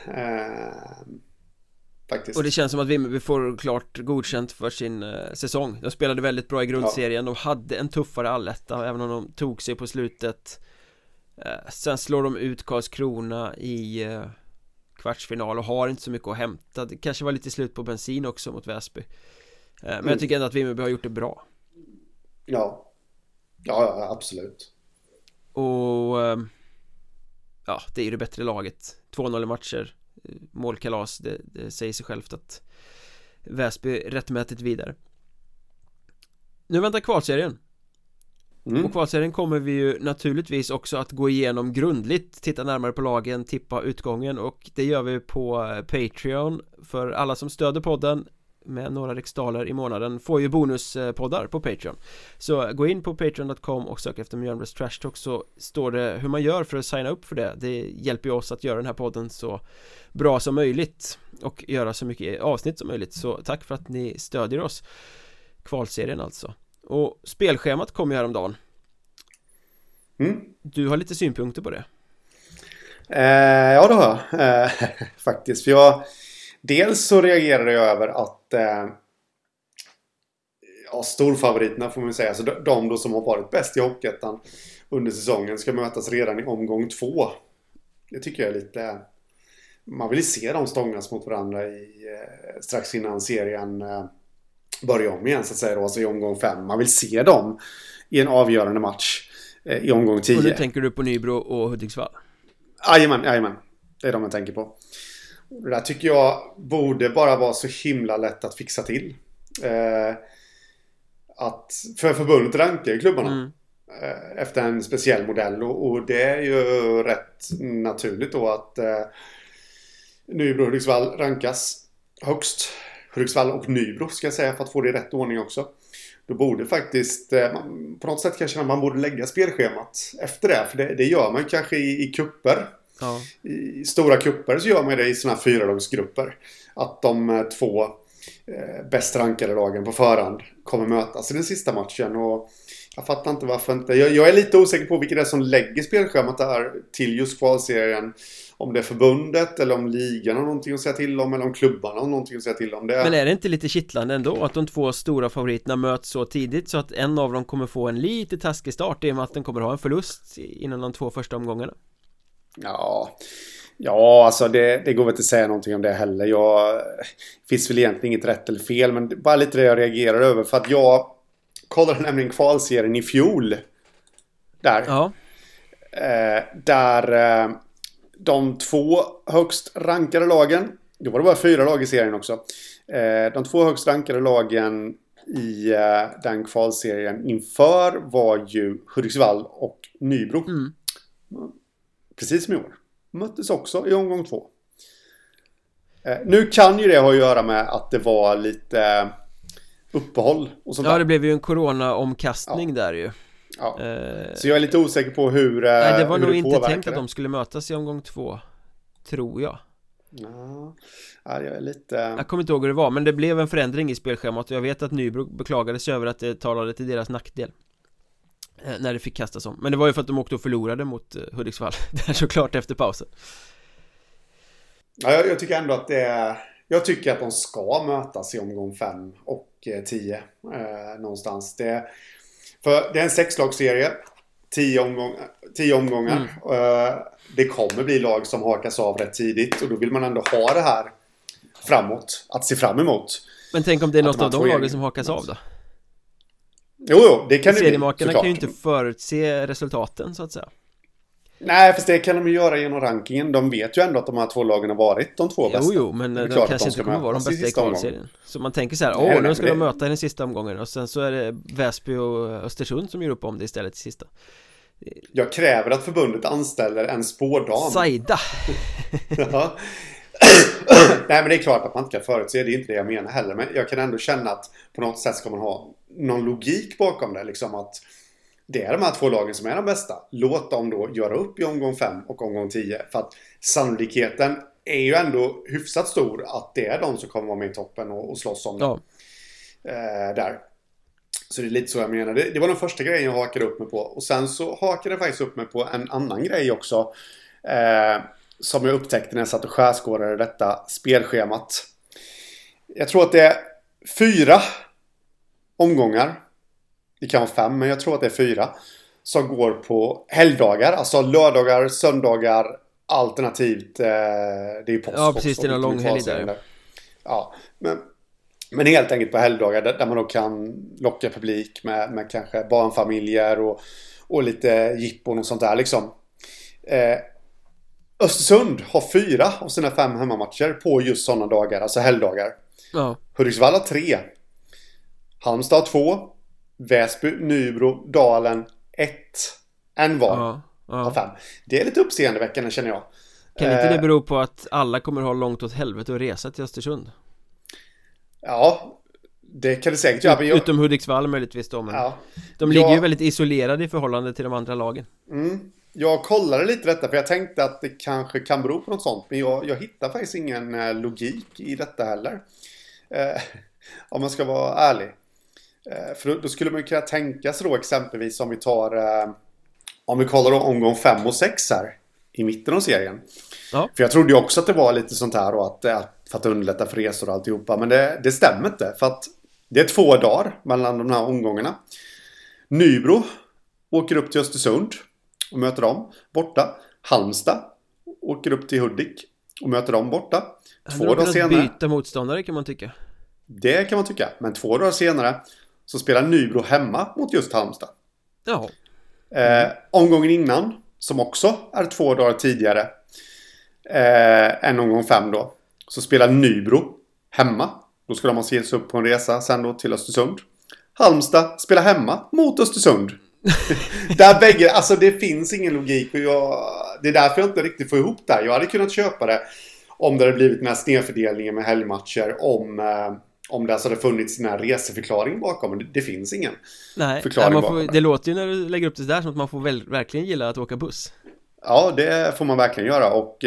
Faktiskt. Och det känns som att Vimmerby får klart godkänt för sin säsong. De spelade väldigt bra i grundserien. De hade en tuffare alletta, även om de tog sig på slutet. Sen slår de ut Karlskrona i kvartsfinal och har inte så mycket att hämta. Det kanske var lite slut på bensin också mot Väsby. Men jag tycker ändå att Vimmerby har gjort det bra. Ja, absolut. Och det är ju det bättre laget. 2-0 i matcher, målkalas, det säger sig självt att Väsby rättmätigt vidare. Nu väntar kvalserien. Och kvalserien kommer vi ju naturligtvis också att gå igenom grundligt, titta närmare på lagen, tippa utgången, och det gör vi på Patreon. För alla som stöder podden med några riksdaler i månaden får ju bonuspoddar på Patreon. Så gå in på patreon.com och sök efter Mjölnbergs Trash Talk, så står det hur man gör för att signa upp för det. Det hjälper ju oss att göra den här podden så bra som möjligt och göra så mycket avsnitt som möjligt. Så tack för att ni stödjer oss. Kvalserien alltså. Och spelschemat kom ju häromdagen. Du har lite synpunkter på det? Ja, det har jag. Faktiskt. För dels så reagerade jag över att storfavoriterna får man säga, alltså de då som har varit bäst i Hockeyettan under säsongen ska mötas redan i omgång 2. Det tycker jag är lite... Man vill se dem stångas mot varandra strax innan serien börjar om igen så att säga då, alltså i omgång 5. Man vill se dem i en avgörande match i omgång 10. Och nu tänker du på Nybro och Hudiksvall? Jajamän. Det är de jag tänker på. Det där tycker jag borde bara vara så himla lätt att fixa till. För förbundet rankar ju klubbarna efter en speciell modell. Och det är ju rätt naturligt då att Nybro och Hudiksvall rankas högst. Hudiksvall och Nybro ska jag säga, för att få det i rätt ordning också. Då borde faktiskt på något sätt kanske man borde lägga spelschemat efter det. För det gör man kanske i kupper. Ja. I stora kupper så gör man det i såna här 4-lagsgrupper. Att de 2 bäst rankade lagen på förhand kommer mötas i den sista matchen. Och Jag fattar inte varför inte. Jag är lite osäker på vilka det är som lägger spelschemat där till just kvalserien. Om det är förbundet eller om ligan har någonting att säga till om, eller om klubbarna har någonting att säga till om det. Men är det inte lite kittlande ändå att de två stora favoriterna möts så tidigt så att en av dem kommer få en lite taskig start i och med att den kommer ha en förlust innan de 2 första omgångarna? Ja, alltså det går väl inte att säga någonting om det heller. Det finns väl egentligen inget rätt eller fel, men bara lite det jag reagerar över. För att jag kollade nämligen kvalserien i fjol. Där. Ja. Där de 2 högst rankade lagen, då var det bara 4 lag i serien också. De 2 högst rankade lagen i den kvalserien inför var ju Hudiksvall och Nybro. Precis som i år. Möttes också i omgång 2. Nu kan ju det ha att göra med att det var lite uppehåll och sånt där. Det blev ju en corona-omkastning där ju. Ja. Så jag är lite osäker på hur nej, det var hur nog det inte påverkar tänkt att de skulle mötas i omgång 2, tror jag. Ja, jag är lite... Jag kommer inte ihåg hur det var, men det blev en förändring i spelschemat och jag vet att Nybro beklagade sig över att det talade till deras nackdel när det fick kastas om. Men det var ju för att de åkte och förlorade mot Hudiksvall där såklart efter pausen. Ja, jag tycker ändå att jag tycker att de ska mötas i omgång 5 och 10 någonstans. För det är en 6-lagsserie, 10 omgångar. Det kommer bli lag som hakas av rätt tidigt och då vill man ändå ha det här framåt, att se fram emot. Men tänk om det är något av de lagen som hakas av då? Jo, det kan det bli. Seriemakarna kan ju inte förutse resultaten så att säga. Nej, fast det kan de ju göra genom rankingen. De vet ju ändå att de här 2 lagen har varit de 2 bästa. Jo, men de kanske inte kommer vara de bästa i kvalserien. Så man tänker så här, nu ska de möta i den sista omgången. Och sen så är det Väsby och Östersund som gör upp om det istället i sista. Jag kräver att förbundet anställer en spårdam. Saida. Ja. Nej, men det är klart att man inte kan förutse. Det är inte det jag menar heller. Men jag kan ändå känna att på något sätt ska man ha någon logik bakom det. Liksom att det är de här 2 lagen som är de bästa. Låt dem då göra upp i omgång 5 och omgång 10. För att sannolikheten är ju ändå hyfsat stor att det är de som kommer vara med i toppen och slåss om det. Där. Så det är lite så jag menar. Det var den första grejen jag hakade upp mig på. Och sen så hakade jag faktiskt upp mig på en annan grej också. Som jag upptäckte när jag satt och skärskådade detta spelschemat. Jag tror att det är 4 omgångar. Det kan vara 5, men jag tror att det är 4. Som går på helgdagar. Alltså lördagar, söndagar, alternativt. Det är ju påsk. Ja, precis. Det är någon lång helg där. Ja, men helt enkelt på helgdagar där man då kan locka publik med kanske barnfamiljer och lite jippon och sånt där liksom. Östersund har 4 av sina 5 hemmamatcher på just sådana dagar, alltså helgdagar. Ja. Hudiksvall har 3. Halmstad har 2. Väsby, Nybro, Dalen 1. En var av 5. Det är lite uppseendeväckande känner jag. Kan inte det bero på att alla kommer ha långt åt helvete och resa till Östersund? Ja, det kan det säkert göra. Utom Hudiksvall möjligtvis då, men de ligger ju väldigt isolerade i förhållande till de andra lagen. Jag kollade lite detta för jag tänkte att det kanske kan bero på något sånt. Men jag hittar faktiskt ingen logik i detta heller. Om man ska vara ärlig. För då skulle man ju kunna tänka sig då exempelvis om vi kollar då omgång 5 och 6 här i mitten av serien. Ja. För jag trodde ju också att det var lite sånt här och för att underlätta för resor och alltihopa. Men det stämmer inte för att det är 2 dagar mellan de här omgångarna. Nybro åker upp till Östersund och möter dem borta. Halmstad åker upp till Hudik och möter dem borta. 2 dagar senare. Byta motståndare kan man tycka. Det kan man tycka. Men 2 dagar senare så spelar Nybro hemma mot just Halmstad. Ja. Omgången innan, som också är 2 dagar tidigare än omgång 5 då, så spelar Nybro hemma. Då ska de alltså ge sig upp på en resa sen då till Östersund. Halmstad spelar hemma mot Östersund. Där bägge, alltså det finns ingen logik och det är därför jag inte riktigt får ihop det här. Jag hade kunnat köpa det om det hade blivit den här snedfördelningen med helgmatcher, om det alltså hade funnits den här reseförklaring bakom. Det finns ingen förklaring bakom. Det låter ju när du lägger upp det där som att man får verkligen gilla att åka buss. Ja, det får man verkligen göra. Och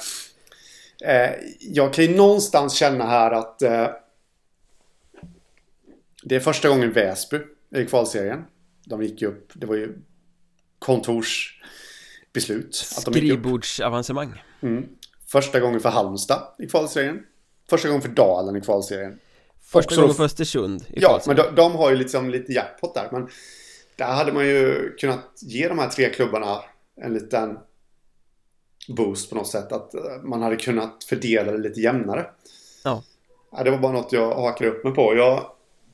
jag kan ju någonstans känna här att det är första gången Väsby i kvalserien. de gick upp. Det var ju kontorsbeslut. Skrivbordsavancemang. Första gången för Halmstad i kvalserien. Första gången för Dalen i kvalserien. Första gången för Östersund i kvalserien. Ja, men de har ju liksom lite jackpot där. Men där hade man ju kunnat ge de här 3 klubbarna en liten boost på något sätt. Att man hade kunnat fördela det lite jämnare. Ja. Det var bara något jag hakade upp mig på. Jag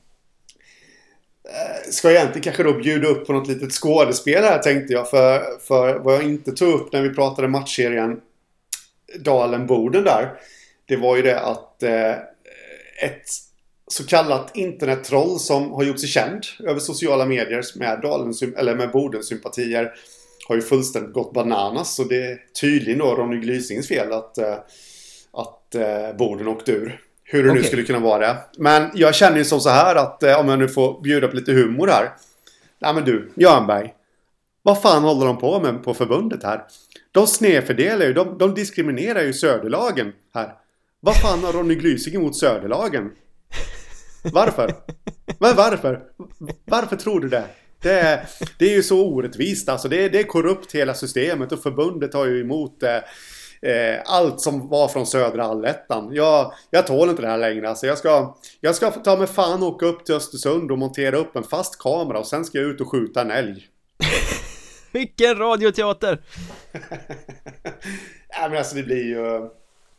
ska egentligen kanske då bjuda upp på något litet skådespel här, tänkte jag. För vad jag inte tog upp när vi pratade matchserien Dalen-Boden där, det var ju det att ett så kallat internettroll som har gjort sig känd över sociala medier med Boden-sympatier har ju fullständigt gått bananas. Så det är tydligen då Ronny Glysings fel att Boden åkte ur. Hur det nu skulle kunna vara det. Men jag känner ju som så här att om jag nu får bjuda på lite humor här. Nej men du, Jörnberg. Vad fan håller de på med på förbundet här? De snedfördelar ju, de diskriminerar ju söderlagen här. Vad fan har Ronny Glysing emot söderlagen? Varför? Men varför? Varför tror du det? Det är ju så orättvist. Alltså det är korrupt hela systemet och förbundet har ju emot allt som var från södra allettan. Jag tål inte det här längre. Alltså jag ska ta mig fan åka upp till Östersund och montera upp en fast kamera och sen ska jag ut och skjuta en älg. Vilken radioteater! Ja, men alltså det blir ju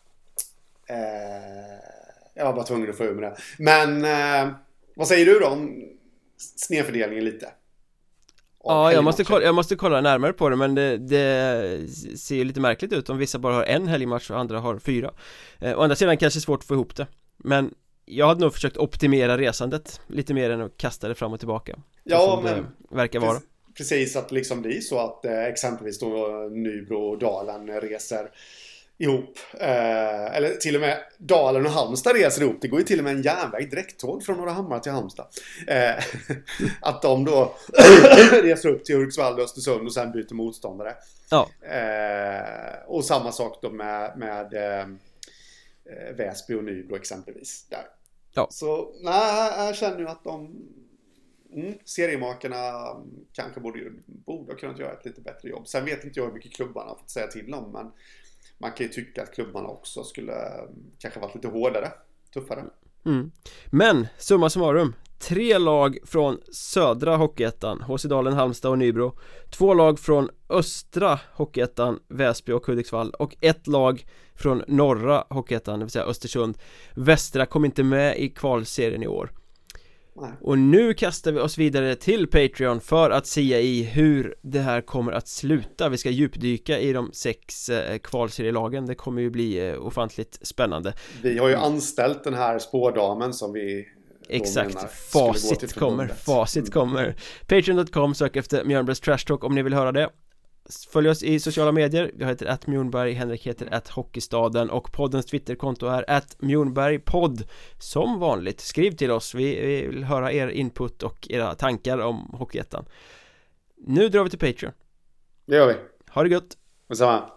jag var bara tvungen att få ur med det. Men vad säger du då om snedfördelningen lite? Ja, jag måste kolla närmare på det. Men det ser ju lite märkligt ut om vissa bara har en helgmatch och andra har 4. Å andra sidan kanske svårt att få ihop det. Men jag hade nog försökt optimera resandet lite mer än att kasta det fram och tillbaka. Ja, men det verkar vara precis att liksom blir så att exempelvis då Nybro och Dalen reser ihop, eller till och med Dalen och Halmstad reser ihop. Det går ju till och med en järnväg direkttåg från Norrahammar till Halmstad. Att de då reser upp till Hudiksvall och Östersund och sen byter motståndare. Ja. Och samma sak då med Väsby och Nybro exempelvis där. Ja. Så nej, jag känner ju att seriemakarna kanske borde ha kunnat göra ett lite bättre jobb. Sen vet inte jag hur mycket klubbarna har fått säga till om, men man kan ju tycka att klubbarna också skulle kanske varit lite hårdare, tuffare. Men summa summarum, 3 lag från södra Hockeyettan, HC Dalen, Halmstad och Nybro, 2 lag från östra Hockeyettan, Väsby och Hudiksvall, och 1 lag från norra Hockeyettan, det vill säga Östersund. Västra kom inte med i kvalserien i år. Nej. Och nu kastar vi oss vidare till Patreon för att sia i hur det här kommer att sluta. Vi ska djupdyka i de 6 kvalserielagen. Det kommer ju bli ofantligt spännande. Vi har ju anställt den här spårdamen som vi exakt, facit kommer. Patreon.com, sök efter Mjölnbergs Trash Talk om ni vill höra det. Följ oss i sociala medier. Jag heter @Mjornberg, Henrik heter @Hockeystaden och poddens Twitterkonto är @Mjornbergpodd. Som vanligt, skriv till oss. Vi vill höra er input och era tankar om Hockeyettan. Nu drar vi till Patreon. Det gör vi. Ha det gött. Detsamma.